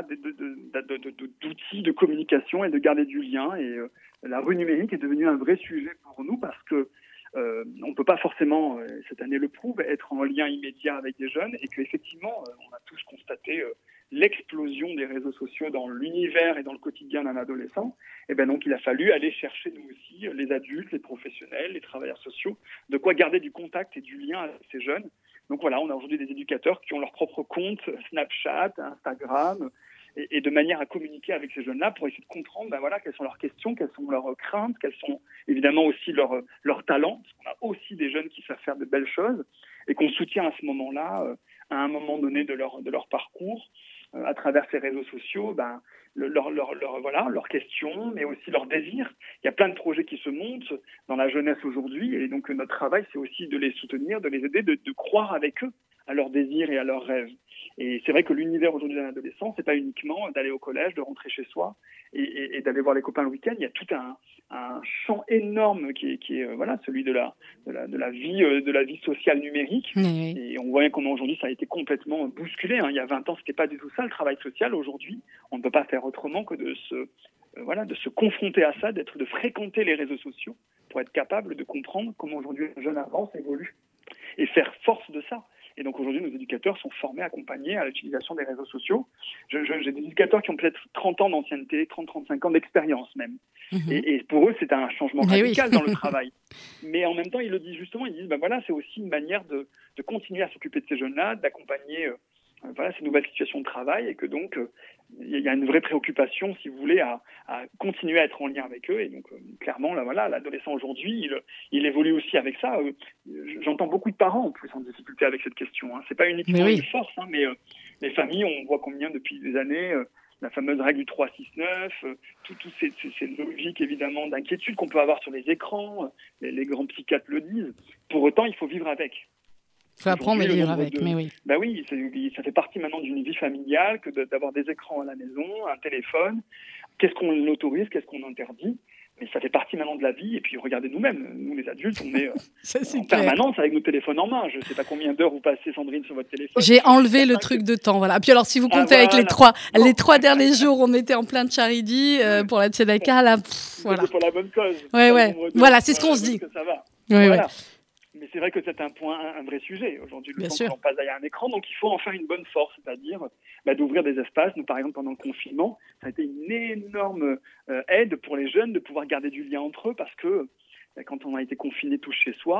d'outils de communication et de garder du lien. Et la rue numérique est devenue un vrai sujet pour nous parce que on ne peut pas forcément, cette année le prouve, être en lien immédiat avec des jeunes et qu'effectivement, on a tous constaté l'explosion des réseaux sociaux dans l'univers et dans le quotidien d'un adolescent. Et donc il a fallu aller chercher nous aussi, les adultes, les professionnels, les travailleurs sociaux, de quoi garder du contact et du lien avec ces jeunes. Donc voilà, on a aujourd'hui des éducateurs qui ont leur propre compte Snapchat, Instagram, et de manière à communiquer avec ces jeunes-là pour essayer de comprendre quelles sont leurs questions, quelles sont leurs craintes, quels sont évidemment aussi leurs talents, parce qu'on a aussi des jeunes qui savent faire de belles choses et qu'on soutient à ce moment-là, à un moment donné de leur parcours, à travers ces réseaux sociaux, leurs questions, mais aussi leurs désirs. Il y a plein de projets qui se montent dans la jeunesse aujourd'hui, et donc notre travail, c'est aussi de les soutenir, de les aider, de croire avec eux à leurs désirs et à leurs rêves. Et c'est vrai que l'univers aujourd'hui d'un adolescent, c'est pas uniquement d'aller au collège, de rentrer chez soi et d'aller voir les copains le week-end. Il y a tout un champ énorme qui est celui de la vie sociale numérique. Oui. Et on voit bien comment aujourd'hui ça a été complètement bousculé. Il y a 20 ans, c'était pas du tout ça le travail social. Aujourd'hui, on ne peut pas faire autrement que de se confronter à ça, de fréquenter les réseaux sociaux pour être capable de comprendre comment aujourd'hui un jeune avance, évolue et faire force de ça. Et donc aujourd'hui, nos éducateurs sont formés, accompagnés à l'utilisation des réseaux sociaux. J'ai des éducateurs qui ont peut-être 30 ans d'ancienneté, 30-35 ans d'expérience même. Et pour eux, c'est un changement radical dans le travail. Mais en même temps, ils le disent justement, ils disent, c'est aussi une manière de continuer à s'occuper de ces jeunes-là, d'accompagner ces nouvelles situations de travail, et que donc il y a une vraie préoccupation, si vous voulez, à continuer à être en lien avec eux. Et donc clairement, l'adolescent aujourd'hui, il évolue aussi avec ça. J'entends beaucoup de parents en plus en difficulté avec cette question. C'est pas uniquement une force, mais les familles, on voit combien depuis des années la fameuse règle du 3-6-9, toutes ces logiques évidemment d'inquiétude qu'on peut avoir sur les écrans, les grands psychiatres le disent. Pour autant, il faut vivre avec. Il faut apprendre à vivre avec, mais oui. Oui, ça fait partie maintenant d'une vie familiale que d'avoir des écrans à la maison, un téléphone. Qu'est-ce qu'on autorise, qu'est-ce qu'on interdit? Mais ça fait partie maintenant de la vie. Et puis regardez nous-mêmes, nous les adultes, on est en permanence avec nos téléphones en main. Je ne sais pas combien d'heures vous passez, Sandrine, sur votre téléphone. J'ai enlevé le truc de temps, voilà. Puis alors, si vous comptez avec les trois derniers jours, on était en plein de charity pour la Tzedaka, là. Voilà. Pour la bonne cause. Ouais. Voilà, c'est ce qu'on se dit. Que ça va. Ouais. Mais c'est vrai que c'est un vrai sujet aujourd'hui, le temps sûr. qu'on passe derrière un écran. Donc il faut en faire une bonne force, c'est-à-dire d'ouvrir des espaces. Nous, par exemple, pendant le confinement, ça a été une énorme aide pour les jeunes de pouvoir garder du lien entre eux, parce que quand on a été confinés tous chez soi,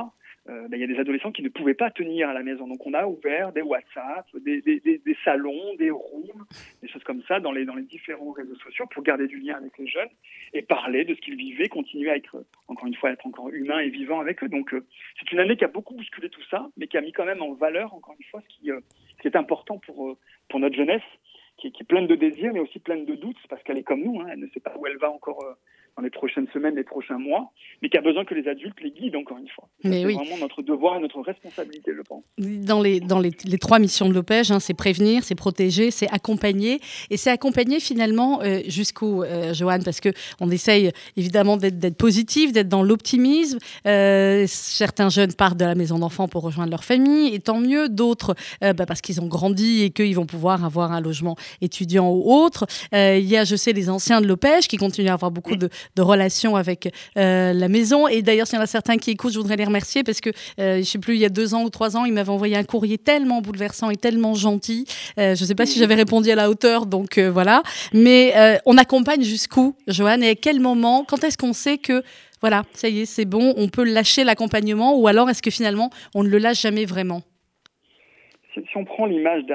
il y a des adolescents qui ne pouvaient pas tenir à la maison. Donc on a ouvert des WhatsApp, des salons, des rooms, des choses comme ça dans les différents réseaux sociaux pour garder du lien avec les jeunes et parler de ce qu'ils vivaient, continuer à être, encore une fois, être encore humain et vivant avec eux. Donc c'est une année qui a beaucoup bousculé tout ça, mais qui a mis quand même en valeur, encore une fois, ce qui est important pour notre jeunesse, qui est pleine de désirs, mais aussi pleine de doutes, parce qu'elle est comme nous, elle ne sait pas où elle va encore dans les prochaines semaines, les prochains mois, mais qui a besoin que les adultes les guident, encore une fois. C'est vraiment notre devoir et notre responsabilité, je pense. Dans les 3 missions de l'Opège, c'est prévenir, c'est protéger, c'est accompagner. Et c'est accompagner finalement jusqu'où, Joanne, parce qu'on essaye évidemment d'être positif, d'être dans l'optimisme. Certains jeunes partent de la maison d'enfants pour rejoindre leur famille, et tant mieux. D'autres, parce qu'ils ont grandi et qu'ils vont pouvoir avoir un logement étudiant ou autre. Il y a, je sais, les anciens de l'Opège qui continuent à avoir beaucoup de relations avec la maison. Et d'ailleurs, s'il y en a certains qui écoutent, je voudrais les remercier parce que, je ne sais plus, il y a 2 ans ou 3 ans, ils m'avaient envoyé un courrier tellement bouleversant et tellement gentil. Je ne sais pas si j'avais répondu à la hauteur, donc voilà. Mais on accompagne jusqu'où, Joanne, et à quel moment, quand est-ce qu'on sait que voilà, ça y est, c'est bon, on peut lâcher l'accompagnement, ou alors est-ce que finalement, on ne le lâche jamais vraiment? Si on prend l'image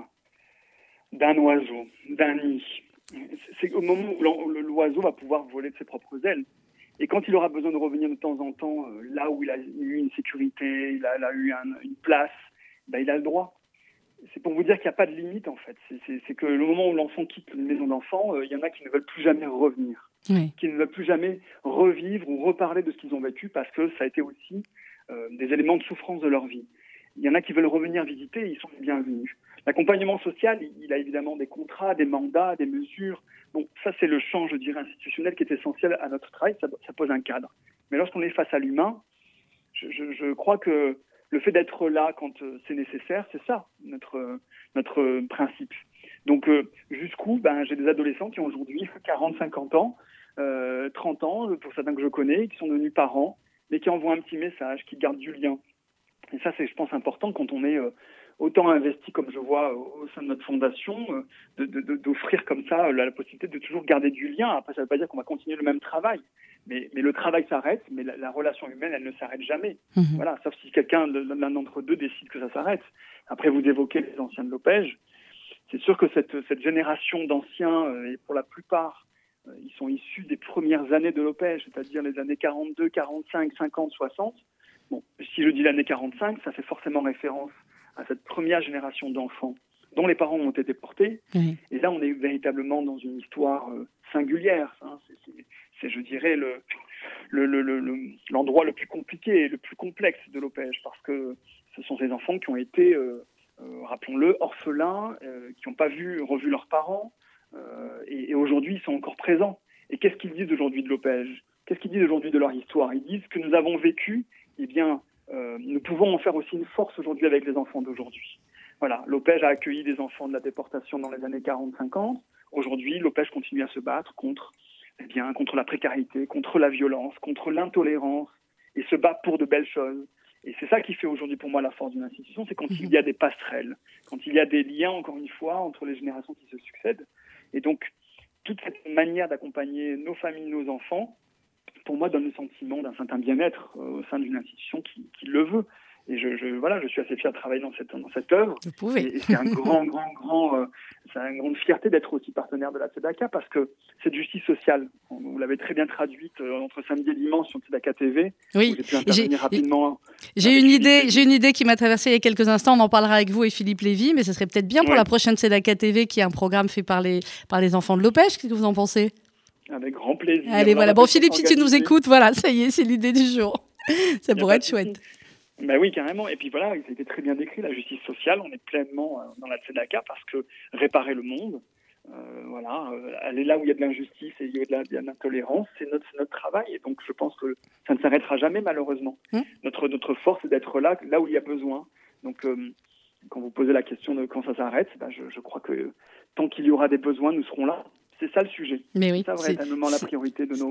d'un oiseau, d'un nid, c'est au moment où l'oiseau va pouvoir voler de ses propres ailes. Et quand il aura besoin de revenir de temps en temps là où il a eu une sécurité, il a eu une place, il a le droit. C'est pour vous dire qu'il n'y a pas de limite, en fait. C'est que le moment où l'enfant quitte une maison d'enfant, il y en a qui ne veulent plus jamais revenir, qui ne veulent plus jamais revivre ou reparler de ce qu'ils ont vécu parce que ça a été aussi des éléments de souffrance de leur vie. Il y en a qui veulent revenir visiter et ils sont les bienvenus. L'accompagnement social, il a évidemment des contrats, des mandats, des mesures. Bon, ça, c'est le champ, je dirais, institutionnel qui est essentiel à notre travail. Ça pose un cadre. Mais lorsqu'on est face à l'humain, je crois que le fait d'être là quand c'est nécessaire, c'est ça, notre principe. Donc, jusqu'où j'ai des adolescents qui ont aujourd'hui 40, 50 ans, 30 ans, pour certains que je connais, qui sont devenus parents, mais qui envoient un petit message, qui gardent du lien. Et ça, c'est, je pense, important quand on est autant investi, comme je vois, au sein de notre fondation, d'offrir comme ça la possibilité de toujours garder du lien. Après, ça ne veut pas dire qu'on va continuer le même travail. Mais le travail s'arrête, mais la relation humaine, elle ne s'arrête jamais. Voilà, sauf si l'un d'entre deux décide que ça s'arrête. Après, vous évoquez les anciens de l'Opège. C'est sûr que cette génération d'anciens, et pour la plupart, ils sont issus des premières années de l'Opège, c'est-à-dire les années 42, 45, 50, 60. Bon, si je dis l'année 45, ça fait forcément référence à cette première génération d'enfants dont les parents ont été portés. Et là, on est véritablement dans une histoire singulière. C'est, je dirais, l'endroit le plus compliqué et le plus complexe de l'Opège, parce que ce sont ces enfants qui ont été, rappelons-le, orphelins, qui n'ont pas revu leurs parents, et aujourd'hui, ils sont encore présents. Et qu'est-ce qu'ils disent aujourd'hui de l'Opège? Qu'est-ce qu'ils disent aujourd'hui de leur histoire? Ils disent que nous avons vécu, eh bien, nous pouvons en faire aussi une force aujourd'hui avec les enfants d'aujourd'hui. Voilà, l'Opège a accueilli des enfants de la déportation dans les années 40-50. Aujourd'hui, l'Opège continue à se battre contre la précarité, contre la violence, contre l'intolérance, et se bat pour de belles choses. Et c'est ça qui fait aujourd'hui pour moi la force d'une institution, c'est quand il y a des passerelles, quand il y a des liens, encore une fois, entre les générations qui se succèdent. Et donc, toute cette manière d'accompagner nos familles, nos enfants, pour moi, donne le sentiment d'un certain bien-être au sein d'une institution qui le veut. Et je suis assez fier de travailler dans cette œuvre. Vous pouvez. Et c'est c'est une grande fierté d'être aussi partenaire de la Tzedaka, parce que c'est justice sociale. Vous l'avez très bien traduite entre samedi et dimanche sur Tzedaka TV. Oui. J'ai pu intervenir rapidement. J'ai une idée qui m'a traversée il y a quelques instants. On en parlera avec vous et Philippe Lévy, mais ce serait peut-être bien pour la prochaine Tzedaka TV, qui est un programme fait par les enfants de l'Opège. Qu'est-ce que vous en pensez? Avec grand plaisir. Allez, voilà. Bon, Philippe, si tu nous écoutes, voilà, ça y est, c'est l'idée du jour. Ça pourrait être chouette. Ben oui, carrément. Et puis voilà, ça a été très bien décrit, la justice sociale. On est pleinement dans la Tzedaka, parce que réparer le monde, aller là où il y a de l'injustice et il y a de l'intolérance, c'est notre travail. Et donc, je pense que ça ne s'arrêtera jamais, malheureusement. Notre force, c'est d'être là où il y a besoin. Donc, quand vous posez la question de quand ça s'arrête, je crois que tant qu'il y aura des besoins, nous serons là. C'est ça le sujet. Mais oui, c'est ça véritablement la priorité de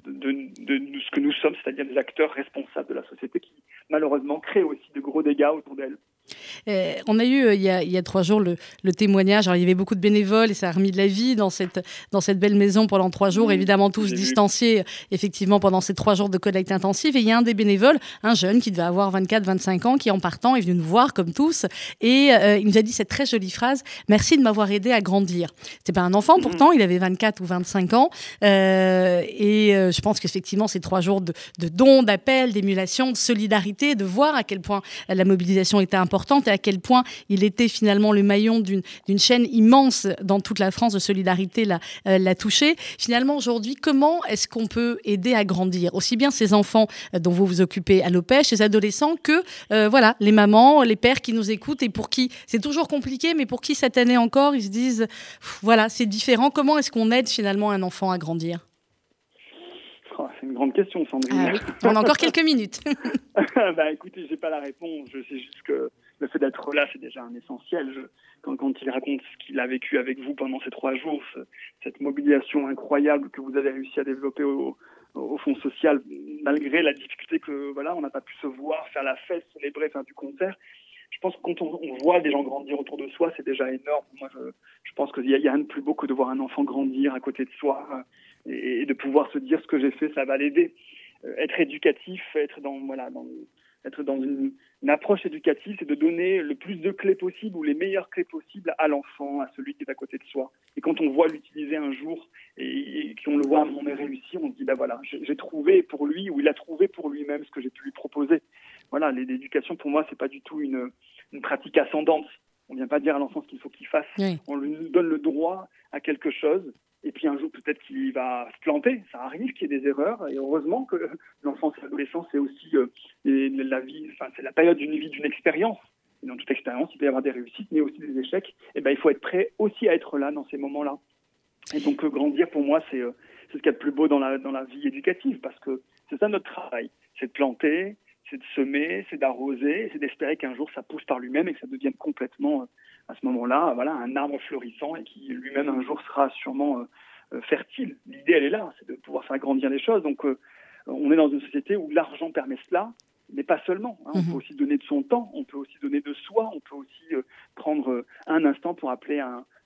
ce que nous sommes, c'est-à-dire des acteurs responsables de la société qui, malheureusement, créent aussi de gros dégâts autour d'elle. On a eu il y a 3 jours le témoignage. Alors, il y avait beaucoup de bénévoles et ça a remis de la vie dans cette belle maison pendant 3 jours. Évidemment, tous distanciés effectivement pendant ces 3 jours de collecte intensive. Et il y a un des bénévoles, un jeune qui devait avoir 24-25 ans, qui en partant est venu nous voir comme tous. Et il nous a dit cette très jolie phrase: merci de m'avoir aidé à grandir. C'était pas un enfant pourtant, il avait 24 ou 25 ans. Je pense qu'effectivement, ces 3 jours de dons, d'appels, d'émulation, de solidarité, de voir à quel point la mobilisation était importante et à quel point il était finalement le maillon d'une chaîne immense dans toute la France de solidarité l'a touché. Finalement, aujourd'hui, comment est-ce qu'on peut aider à grandir aussi bien ces enfants dont vous vous occupez à l'Opech, ces adolescents, que les mamans, les pères qui nous écoutent et pour qui c'est toujours compliqué, mais pour qui cette année encore, ils se disent voilà, c'est différent. Comment est-ce qu'on aide finalement un enfant à grandir ? C'est une grande question, Sandrine. Ah oui, on a encore quelques minutes. Écoutez, j'ai pas la réponse. Je sais juste que le fait d'être là, c'est déjà un essentiel. Quand il raconte ce qu'il a vécu avec vous pendant ces 3 jours, cette mobilisation incroyable que vous avez réussi à développer au Fonds social, malgré la difficulté que on n'a pas pu se voir, faire la fête, célébrer, faire du concert. Je pense que quand on voit des gens grandir autour de soi, c'est déjà énorme. Moi, je pense qu'il y a rien de plus beau que de voir un enfant grandir à côté de soi et de pouvoir se dire ce que j'ai fait, ça va l'aider. Être éducatif, être dans une approche éducative, c'est de donner le plus de clés possibles ou les meilleures clés possibles à l'enfant, à celui qui est à côté de soi. Et quand on voit l'utiliser un jour et qu'on le voit à un moment réussir, on se dit j'ai trouvé pour lui, ou il a trouvé pour lui-même ce que j'ai pu lui proposer. Voilà, l'éducation pour moi c'est pas du tout une pratique ascendante. On vient pas dire à l'enfant ce qu'il faut qu'il fasse. Oui. On lui donne le droit à quelque chose. Et puis un jour, peut-être qu'il va se planter. Ça arrive qu'il y ait des erreurs. Et heureusement que l'enfance et l'adolescence, c'est aussi la vie. Enfin, c'est la période d'une vie, d'une expérience. Et dans toute expérience, il peut y avoir des réussites, mais aussi des échecs. Et il faut être prêt aussi à être là dans ces moments-là. Et donc grandir, pour moi, c'est ce qu'il y a de plus beau dans la vie éducative, parce que c'est ça notre travail. C'est de planter, c'est de semer, c'est d'arroser, c'est d'espérer qu'un jour ça pousse par lui-même et que ça devienne complètement à ce moment-là, un arbre fleurissant et qui lui-même un jour sera sûrement fertile. L'idée, elle est là, c'est de pouvoir faire grandir les choses. Donc, on est dans une société où l'argent permet cela, mais pas seulement. On peut aussi donner de son temps, on peut aussi donner de soi, on peut aussi prendre un instant pour appeler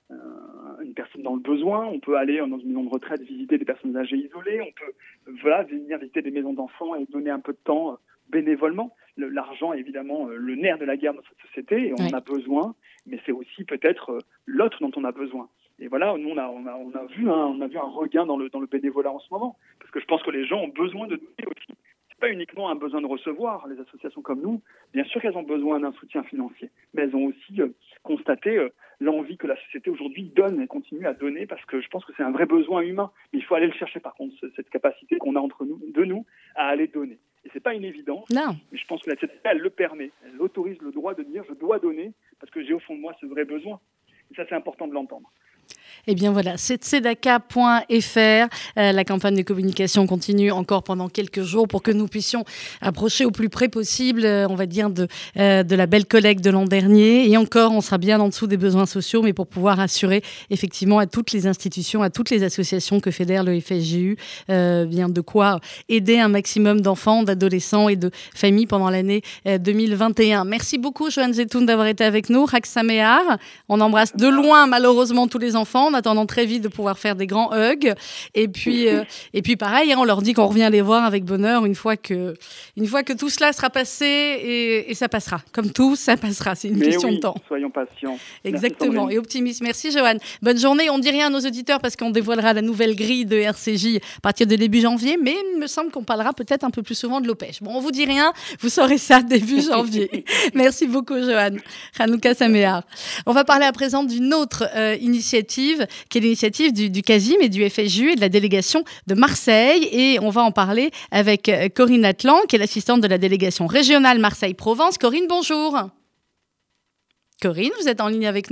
une personne dans le besoin. On peut aller dans une maison de retraite visiter des personnes âgées isolées. On peut venir visiter des maisons d'enfants et donner un peu de temps bénévolement. L'argent est évidemment le nerf de la guerre dans cette société et on en a besoin, mais c'est aussi peut-être l'autre dont on a besoin. Et voilà, nous on a vu un regain dans le bénévolat en ce moment, parce que je pense que les gens ont besoin de donner aussi. C'est pas uniquement un besoin de recevoir. Les associations comme nous, bien sûr qu'elles ont besoin d'un soutien financier, mais elles ont aussi constaté l'envie que la société aujourd'hui donne et continue à donner, parce que je pense que c'est un vrai besoin humain. Mais il faut aller le chercher par contre, cette capacité qu'on a entre nous à aller donner. Et c'est pas une évidence, mais je pense que la société, elle le permet. Elle autorise le droit de dire je dois donner parce que j'ai au fond de moi ce vrai besoin. Et ça, c'est important de l'entendre. Eh bien voilà, c'est tzedaka.fr. La campagne de communication continue encore pendant quelques jours pour que nous puissions approcher au plus près possible, on va dire, de la belle collecte de l'an dernier. Et encore, on sera bien en dessous des besoins sociaux, mais pour pouvoir assurer effectivement à toutes les institutions, à toutes les associations que fédère le FSJU, bien de quoi aider un maximum d'enfants, d'adolescents et de familles pendant l'année 2021. Merci beaucoup, Joanne Zetoun, d'avoir été avec nous. Chag Sameach. On embrasse de loin, malheureusement, tous les enfants, en attendant très vite de pouvoir faire des grands hugs. Et puis pareil, on leur dit qu'on revient les voir avec bonheur une fois que tout cela sera passé et ça passera. Comme tout, ça passera. C'est une question de temps. Soyons patients. Exactement. Et optimistes. Merci, Joanne. Bonne journée. On ne dit rien à nos auditeurs parce qu'on dévoilera la nouvelle grille de RCJ à partir de début janvier, mais il me semble qu'on parlera peut-être un peu plus souvent de l'Opech. Bon, on vous dit rien. Vous saurez ça début janvier. Merci beaucoup, Joanne. Hanouka Sameach. On va parler à présent d'une autre initiative, qui est l'initiative du CASIM et du FSJU et de la délégation de Marseille. Et on va en parler avec Corinne Atlan, qui est l'assistante de la délégation régionale Marseille-Provence. Corinne, bonjour. Corinne, vous êtes en ligne avec nous ?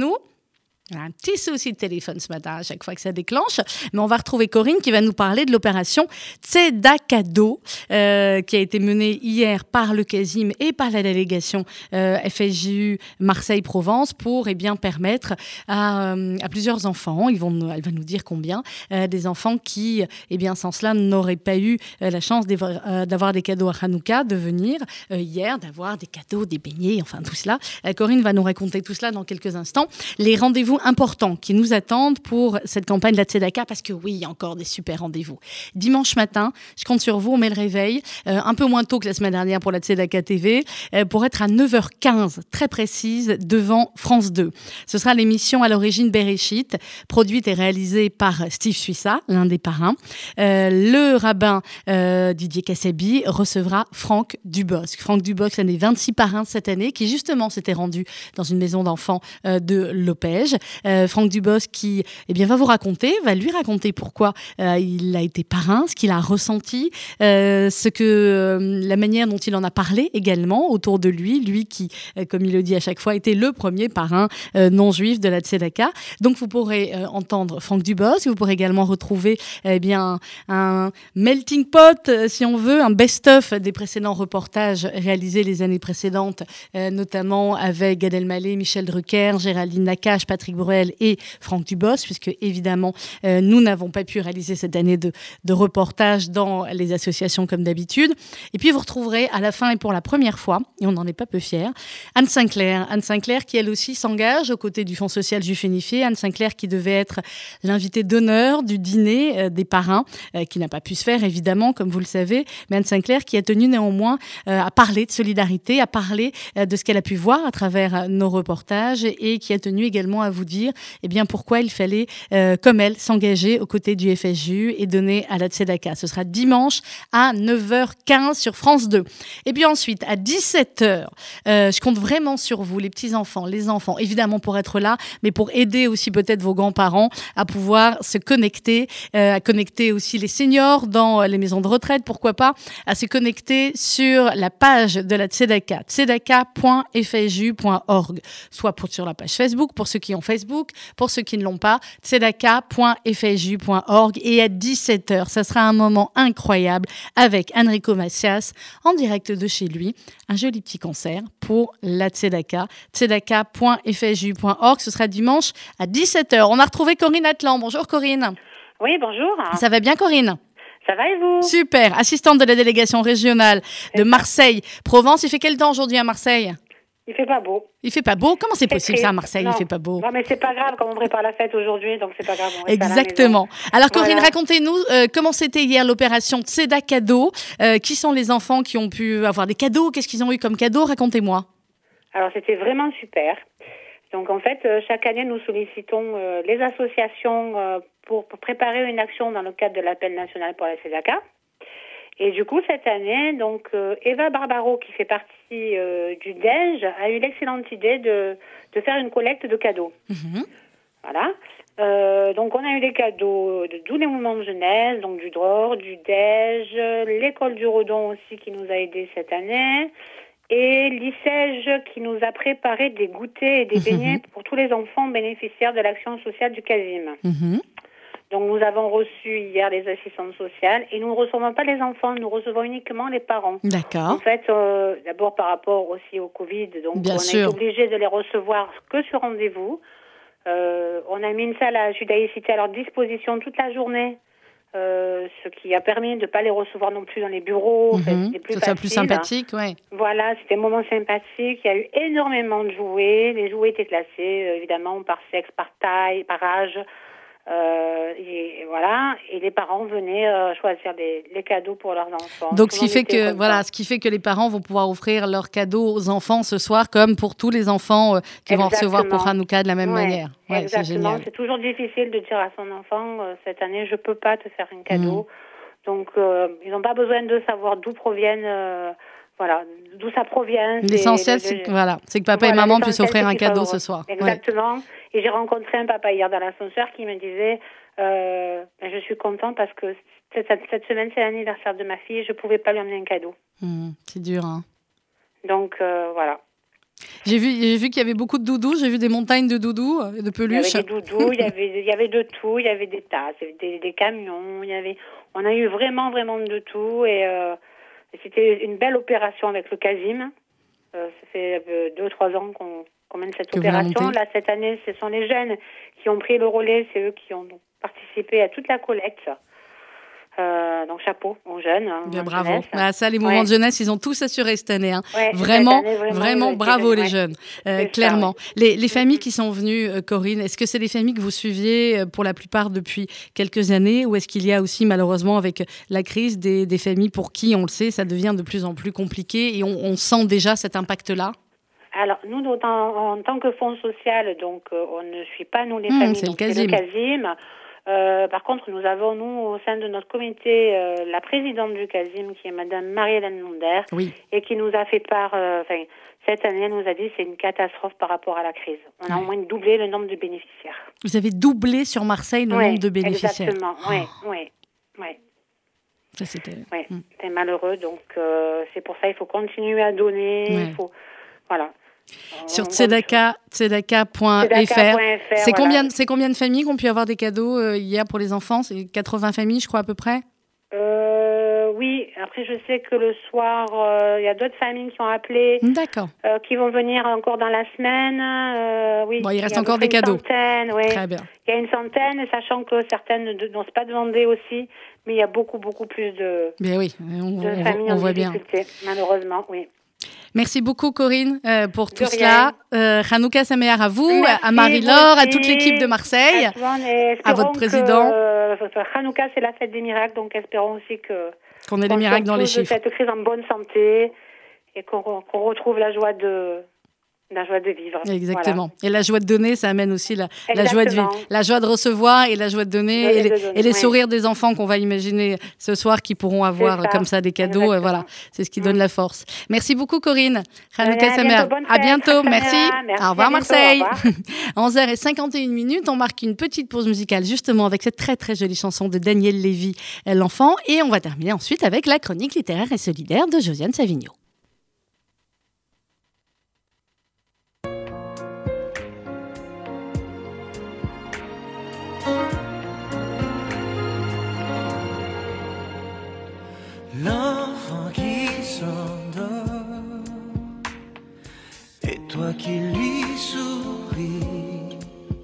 Un petit souci de téléphone ce matin à chaque fois que ça déclenche. Mais on va retrouver Corinne qui va nous parler de l'opération Tzedakado qui a été menée hier par le CASIM et par la délégation FSJU Marseille-Provence pour permettre à plusieurs enfants, elle va nous dire combien, des enfants qui, sans cela, n'auraient pas eu la chance d'avoir des cadeaux à Hanouka, de venir hier, d'avoir des cadeaux, des beignets, enfin tout cela. Corinne va nous raconter tout cela dans quelques instants. Les rendez-vous importants qui nous attendent pour cette campagne de la Tzedaka, parce que oui, il y a encore des super rendez-vous. Dimanche matin, je compte sur vous, on met le réveil, un peu moins tôt que la semaine dernière pour la Tzedaka TV, pour être à 9h15, très précise, devant France 2. Ce sera l'émission à l'origine Bereshit, produite et réalisée par Steve Suissa, l'un des parrains. Le rabbin Didier Kassabi recevra Franck Dubosc. Franck Dubosc, l'un des 26 parrains cette année, qui justement s'était rendu dans une maison d'enfants de Lopège. Franck Dubosc qui va lui raconter pourquoi il a été parrain, ce qu'il a ressenti, la manière dont il en a parlé également autour de lui qui, comme il le dit à chaque fois, était le premier parrain non juif de la Tzedaka. Donc vous pourrez entendre Franck Dubosc, vous pourrez également retrouver un melting pot, si on veut, un best-of des précédents reportages réalisés les années précédentes, notamment avec Gad Elmaleh, Michel Drucker, Géraldine Nakache, Patrick Bruel et Franck Dubosc, puisque évidemment nous n'avons pas pu réaliser cette année de reportage dans les associations comme d'habitude. Et puis vous retrouverez à la fin et pour la première fois, et on n'en est pas peu fiers, Anne Sinclair qui elle aussi s'engage aux côtés du Fonds social juif unifié. Anne Sinclair qui devait être l'invitée d'honneur du dîner des parrains, qui n'a pas pu se faire évidemment, comme vous le savez, mais Anne Sinclair qui a tenu néanmoins à parler de solidarité, à parler de ce qu'elle a pu voir à travers nos reportages, et qui a tenu également à vous dire pourquoi il fallait, comme elle, s'engager aux côtés du FSJU et donner à la Tzedaka. Ce sera dimanche à 9h15 sur France 2. Et puis ensuite, à 17h, je compte vraiment sur vous, les petits-enfants, les enfants, évidemment pour être là, mais pour aider aussi peut-être vos grands-parents à pouvoir se connecter, à connecter aussi les seniors dans les maisons de retraite, pourquoi pas, à se connecter sur la page de la Tzedaka, tzedaka.fsju.org, soit sur la page Facebook, pour ceux qui ont Facebook, pour ceux qui ne l'ont pas, tzedaka.fsju.org. Et à 17h, ça sera un moment incroyable avec Enrico Macias en direct de chez lui. Un joli petit concert pour la Tzedaka. tzedaka.fsju.org. Ce sera dimanche à 17h. On a retrouvé Corinne Atlan. Bonjour Corinne. Oui, bonjour. Ça va bien Corinne ? Ça va et vous ? Super. Assistante de la délégation régionale de Marseille-Provence. Il fait quel temps aujourd'hui à Marseille ? Il fait pas beau. Il fait pas beau ? Comment c'est possible ça à Marseille ? Non. Il fait pas beau. Non mais c'est pas grave, comme on prépare la fête aujourd'hui, donc c'est pas grave. Exactement. Alors Corinne, racontez-nous comment c'était hier l'opération Tzedakado. Qui sont les enfants qui ont pu avoir des cadeaux ? Qu'est-ce qu'ils ont eu comme cadeaux ? Racontez-moi. Alors c'était vraiment super. Donc en fait, chaque année nous sollicitons les associations pour préparer une action dans le cadre de l'appel national pour la Tzedaka. Et du coup, cette année, donc Eva Barbaro, qui fait partie du DEJ, a eu l'excellente idée de faire une collecte de cadeaux. Mmh. Voilà. Donc, on a eu des cadeaux de tous les mouvements de jeunesse, donc du DROR, du DEJ, l'école du Redon aussi qui nous a aidés cette année, et l'ICEJ qui nous a préparé des goûters et des beignets pour tous les enfants bénéficiaires de l'action sociale du CASIM. Mmh. Donc, nous avons reçu hier les assistantes sociales et nous ne recevons pas les enfants, nous recevons uniquement les parents. D'accord. En fait, d'abord par rapport aussi au Covid, donc Bien on sûr. est obligé de les recevoir que sur rendez-vous. On a mis une salle à judaïcité à leur disposition toute la journée, ce qui a permis de ne pas les recevoir non plus dans les bureaux. C'était plus facile. Plus sympathique, oui. Voilà, c'était un moment sympathique. Il y a eu énormément de jouets. Les jouets étaient classés, évidemment, par sexe, par taille, par âge. Et voilà, et les parents venaient choisir les cadeaux pour leurs enfants. Donc ce qui fait que les parents vont pouvoir offrir leurs cadeaux aux enfants ce soir, comme pour tous les enfants qui vont recevoir pour Hanouka de la même manière. Ouais, exactement. C'est toujours difficile de dire à son enfant cette année je peux pas te faire un cadeau. Donc ils n'ont pas besoin de savoir d'où proviennent. Voilà, d'où ça provient. L'essentiel, c'est que papa et mamme puissent offrir un cadeau ce soir. Exactement. Ouais. Et j'ai rencontré un papa hier dans l'ascenseur qui me disait je suis content parce que cette semaine, c'est l'anniversaire de ma fille et je ne pouvais pas lui emmener un cadeau. C'est dur, hein. Donc, voilà. J'ai vu qu'il y avait beaucoup de doudous, j'ai vu des montagnes de doudous, de peluches. Il y avait des doudous, il y avait de tout, il y avait des tasses, des camions, on a eu vraiment de tout et c'était une belle opération avec le Casim. Ça fait 2-3 ans qu'on mène cette opération. Là, cette année, ce sont les jeunes qui ont pris le relais, c'est eux qui ont participé à toute la collecte. Donc chapeau aux jeunes. Bien, bravo. Ça, les mouvements de jeunesse, ils ont tous assuré cette année. Ouais, vraiment bravo les jeunes. Clairement. Les familles qui sont venues, Corinne, est-ce que c'est des familles que vous suiviez pour la plupart depuis quelques années, ou est-ce qu'il y a aussi malheureusement avec la crise des familles pour qui, on le sait, ça devient de plus en plus compliqué et on sent déjà cet impact-là? Alors, nous, en tant que fonds social, donc, on ne suit pas, nous, les familles. C'est le Casim. Par contre, nous avons, au sein de notre comité, la présidente du Casim, qui est Madame Marie-Hélène Londer, et qui nous a fait part, cette année, elle nous a dit que c'est une catastrophe par rapport à la crise. On a au moins doublé le nombre de bénéficiaires. Vous avez doublé sur Marseille le nombre de bénéficiaires. Exactement, oui. Ça, c'était... C'est malheureux, donc c'est pour ça qu'il faut continuer à donner, il faut... Voilà. Sur tzedaka.fr. C'est combien de familles qui ont pu avoir des cadeaux hier pour les enfants? C'est 80 familles, je crois, à peu près? Oui, après je sais que le soir, il y a d'autres familles qui ont appelé. D'accord. Qui vont venir encore dans la semaine. Oui. Bon, il reste encore des cadeaux. Très bien. Il y a une centaine, sachant que certaines n'osent pas demander aussi, mais il y a beaucoup plus de familles en difficulté, malheureusement, oui. Merci beaucoup Corinne pour tout cela. Hanouka Sameach à vous, à Marie-Laure, à toute l'équipe de Marseille, à votre président. Hanouka, c'est la fête des miracles, donc espérons aussi qu'on ait des miracles dans les chiffres. De cette crise en bonne santé et qu'on retrouve la joie de vivre. Exactement. Voilà. Et la joie de donner, ça amène aussi la joie de vivre. La joie de recevoir et la joie de donner et les sourires des enfants qu'on va imaginer ce soir qui pourront avoir comme ça des cadeaux. Voilà, c'est ce qui donne la force. Merci beaucoup Corinne. Hanouka Sameach. À bientôt. Merci. Au revoir Marseille. 11h51, on marque une petite pause musicale justement avec cette très très jolie chanson de Daniel Lévy, l'enfant. Et on va terminer ensuite avec la chronique littéraire et solidaire de Josiane Savigno. L'enfant qui s'endort et toi qui lui souris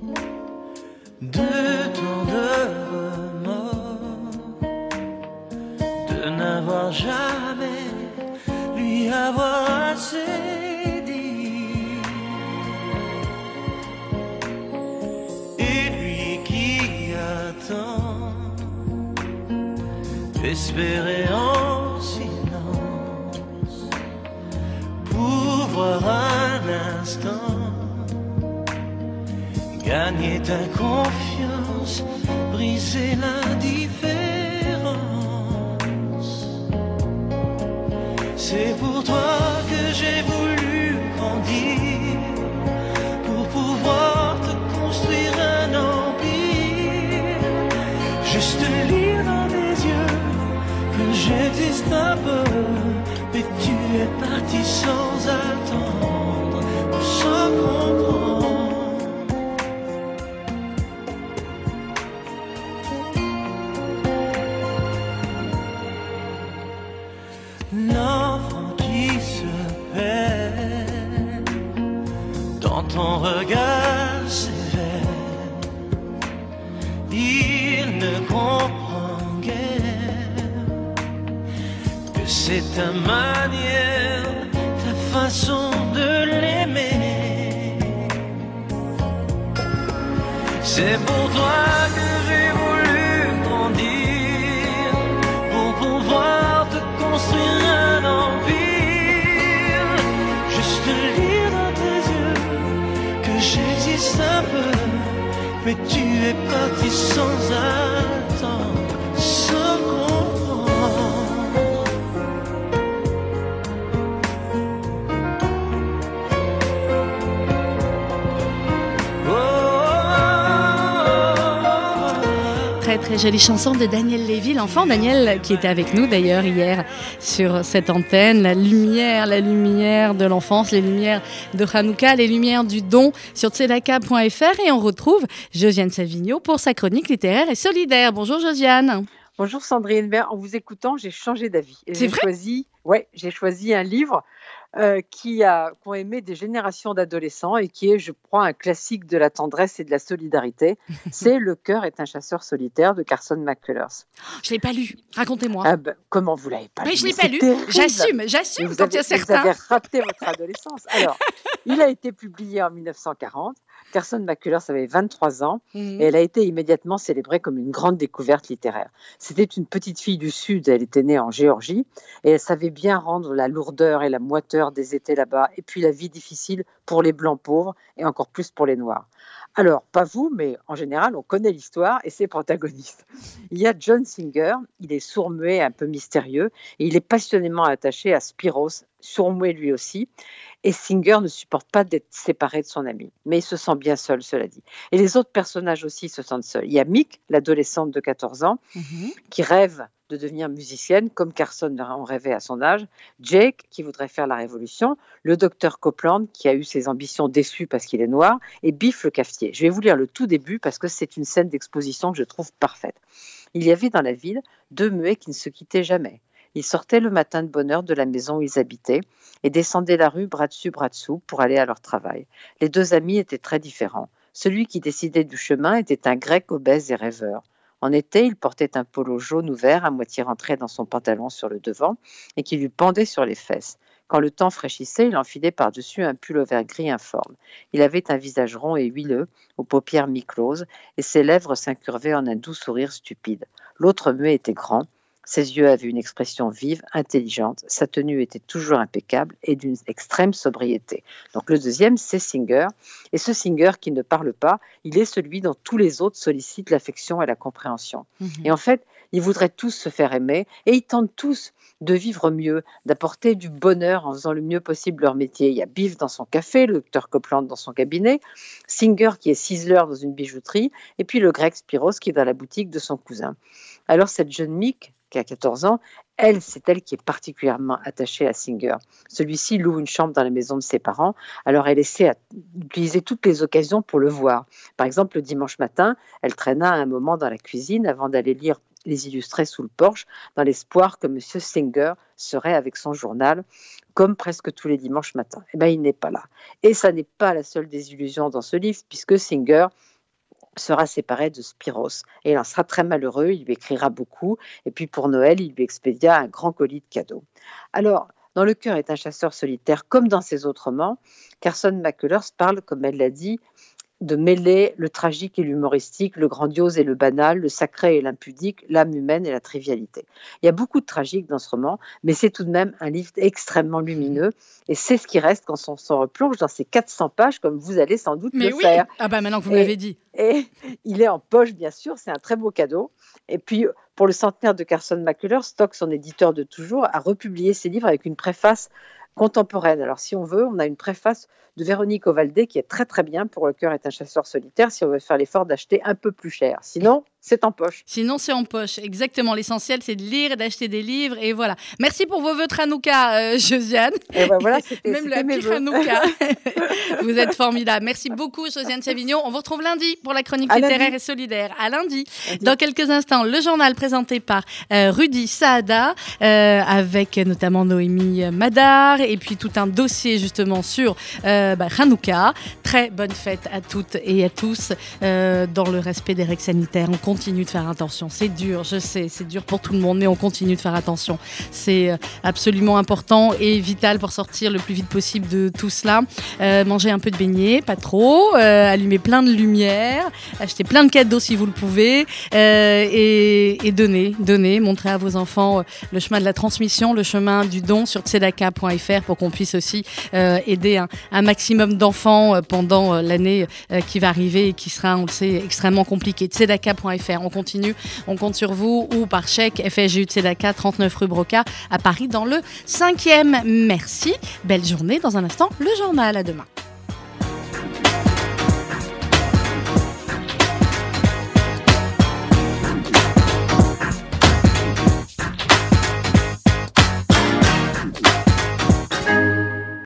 de tant de remords de n'avoir jamais lui avoir assez dit, et lui qui attend espérer en silence pour voir un instant gagner ta confiance, briser l'indifférence. C'est pour toi que j'ai voulu grandir, pour pouvoir te construire un empire, juste lire dans les yeux que j'existe un peu, mais tu es parti sans attendre, sans comprendre. L'enfant qui se perd dans ton regard sévère, il ne comprend c'est ta manière, ta façon de l'aimer. C'est pour toi que j'ai voulu grandir, pour pouvoir te construire un empire. Juste lire dans tes yeux que j'existe un peu, mais tu es parti sans attendre, sans comprendre. très très jolie chanson de Daniel Lévy, l'enfant Daniel qui était avec nous d'ailleurs hier sur cette antenne. La lumière de l'enfance, les lumières de Hanouka, les lumières du don sur tzedaka.fr. Et on retrouve Josiane Savigno pour sa chronique littéraire et solidaire. Bonjour Josiane. Bonjour Sandrine. En vous écoutant, j'ai changé d'avis. Et C'est vrai ? J'ai choisi un livre qu'ont aimé des générations d'adolescents et qui est, je crois, un classique de la tendresse et de la solidarité. C'est Le cœur est un chasseur solitaire de Carson McCullers. Je ne l'ai pas lu, racontez-moi. Comment vous ne l'avez pas lu ? Mais je ne l'ai pas lu, j'assume vous quand il y a certains. Vous avez raté votre adolescence. Alors, il a été publié en 1940. Carson McCullers avait 23 ans et elle a été immédiatement célébrée comme une grande découverte littéraire. C'était une petite fille du Sud, elle était née en Géorgie et elle savait bien rendre la lourdeur et la moiteur des étés là-bas et puis la vie difficile pour les Blancs pauvres et encore plus pour les Noirs. Alors, pas vous, mais en général, on connaît l'histoire et ses protagonistes. Il y a John Singer, il est sourd-muet, un peu mystérieux, et il est passionnément attaché à Spiros, sourd-muet lui aussi, et Singer ne supporte pas d'être séparé de son ami. Mais il se sent bien seul, cela dit. Et les autres personnages aussi se sentent seuls. Il y a Mick, l'adolescente de 14 ans, qui rêve de devenir musicienne, comme Carson en rêvait à son âge, Jake, qui voudrait faire la révolution, le docteur Copeland, qui a eu ses ambitions déçues parce qu'il est noir, et Biff le cafetier. Je vais vous lire le tout début parce que c'est une scène d'exposition que je trouve parfaite. Il y avait dans la ville 2 muets qui ne se quittaient jamais. Ils sortaient le matin de bonne heure de la maison où ils habitaient et descendaient la rue bras dessus, bras dessous pour aller à leur travail. Les 2 amis étaient très différents. Celui qui décidait du chemin était un grec obèse et rêveur. En été, il portait un polo jaune ou vert à moitié rentré dans son pantalon sur le devant et qui lui pendait sur les fesses. Quand le temps fraîchissait, il enfilait par-dessus un pull-over gris informe. Il avait un visage rond et huileux, aux paupières mi-closes, et ses lèvres s'incurvaient en un doux sourire stupide. L'autre muet était grand. Ses yeux avaient une expression vive, intelligente. Sa tenue était toujours impeccable et d'une extrême sobriété. Donc le deuxième, c'est Singer. Et ce Singer qui ne parle pas, il est celui dont tous les autres sollicitent l'affection et la compréhension. Et en fait, ils voudraient tous se faire aimer et ils tentent tous de vivre mieux, d'apporter du bonheur en faisant le mieux possible leur métier. Il y a Biff dans son café, le docteur Copeland dans son cabinet, Singer qui est ciseleur dans une bijouterie et puis le grec Spiros qui est dans la boutique de son cousin. Alors cette jeune Mick, qui a 14 ans, c'est elle qui est particulièrement attachée à Singer. Celui-ci loue une chambre dans la maison de ses parents, alors elle essaie d'utiliser toutes les occasions pour le voir. Par exemple, le dimanche matin, elle traîna un moment dans la cuisine avant d'aller lire les illustrés sous le porche, dans l'espoir que M. Singer serait avec son journal, comme presque tous les dimanches matins. Eh bien, il n'est pas là. Et ça n'est pas la seule désillusion dans ce livre, puisque Singer sera séparé de Spiros et il en sera très malheureux, il lui écrira beaucoup et puis pour Noël, il lui expédia un grand colis de cadeaux. Alors, dans Le cœur est un chasseur solitaire, comme dans ses autres romans, Carson McCullers parle, comme elle l'a dit, de mêler le tragique et l'humoristique, le grandiose et le banal, le sacré et l'impudique, l'âme humaine et la trivialité. Il y a beaucoup de tragique dans ce roman, mais c'est tout de même un livre extrêmement lumineux et c'est ce qui reste quand on s'en replonge dans ces 400 pages, comme vous allez sans doute le faire. Ah bah maintenant que vous m'avez dit. Et il est en poche, bien sûr, c'est un très beau cadeau. Et puis, pour le centenaire de Carson McCullers, Stock, son éditeur de toujours, a republié ses livres avec une préface contemporaine. Alors, si on veut, on a une préface de Véronique Ovaldé qui est très très bien pour Le cœur est un chasseur solitaire si on veut faire l'effort d'acheter un peu plus cher. Sinon, c'est en poche. Sinon, c'est en poche. Exactement. L'essentiel, c'est de lire et d'acheter des livres. Et voilà. Merci pour vos vœux de Hanouka, Josiane. Et ben voilà, Même le Happy Hanouka. Vous êtes formidable. Merci beaucoup, Josiane Savigno. On vous retrouve lundi pour la chronique littéraire et solidaire. À lundi. Dans quelques instants, le journal présenté par Rudy Saada, avec notamment Noémie Madar, et puis tout un dossier justement sur Hanouka. Très bonne fête à toutes et à tous dans le respect des règles sanitaires. On continue de faire attention. C'est dur, je sais, c'est dur pour tout le monde, mais on continue de faire attention. C'est absolument important et vital pour sortir le plus vite possible de tout cela. Manger un peu de beignets, pas trop, allumer plein de lumière, acheter plein de cadeaux si vous le pouvez, et donner, montrer à vos enfants le chemin de la transmission, le chemin du don sur tzedaka.fr pour qu'on puisse aussi aider un maximum d'enfants pendant l'année qui va arriver et qui sera, on le sait, extrêmement compliquée. Tzedaka.fr, on continue, on compte sur vous ou par chèque FSGU Tzedaka, 39 rue Broca à Paris dans le 5e. Merci, belle journée. Dans un instant, le journal. À demain.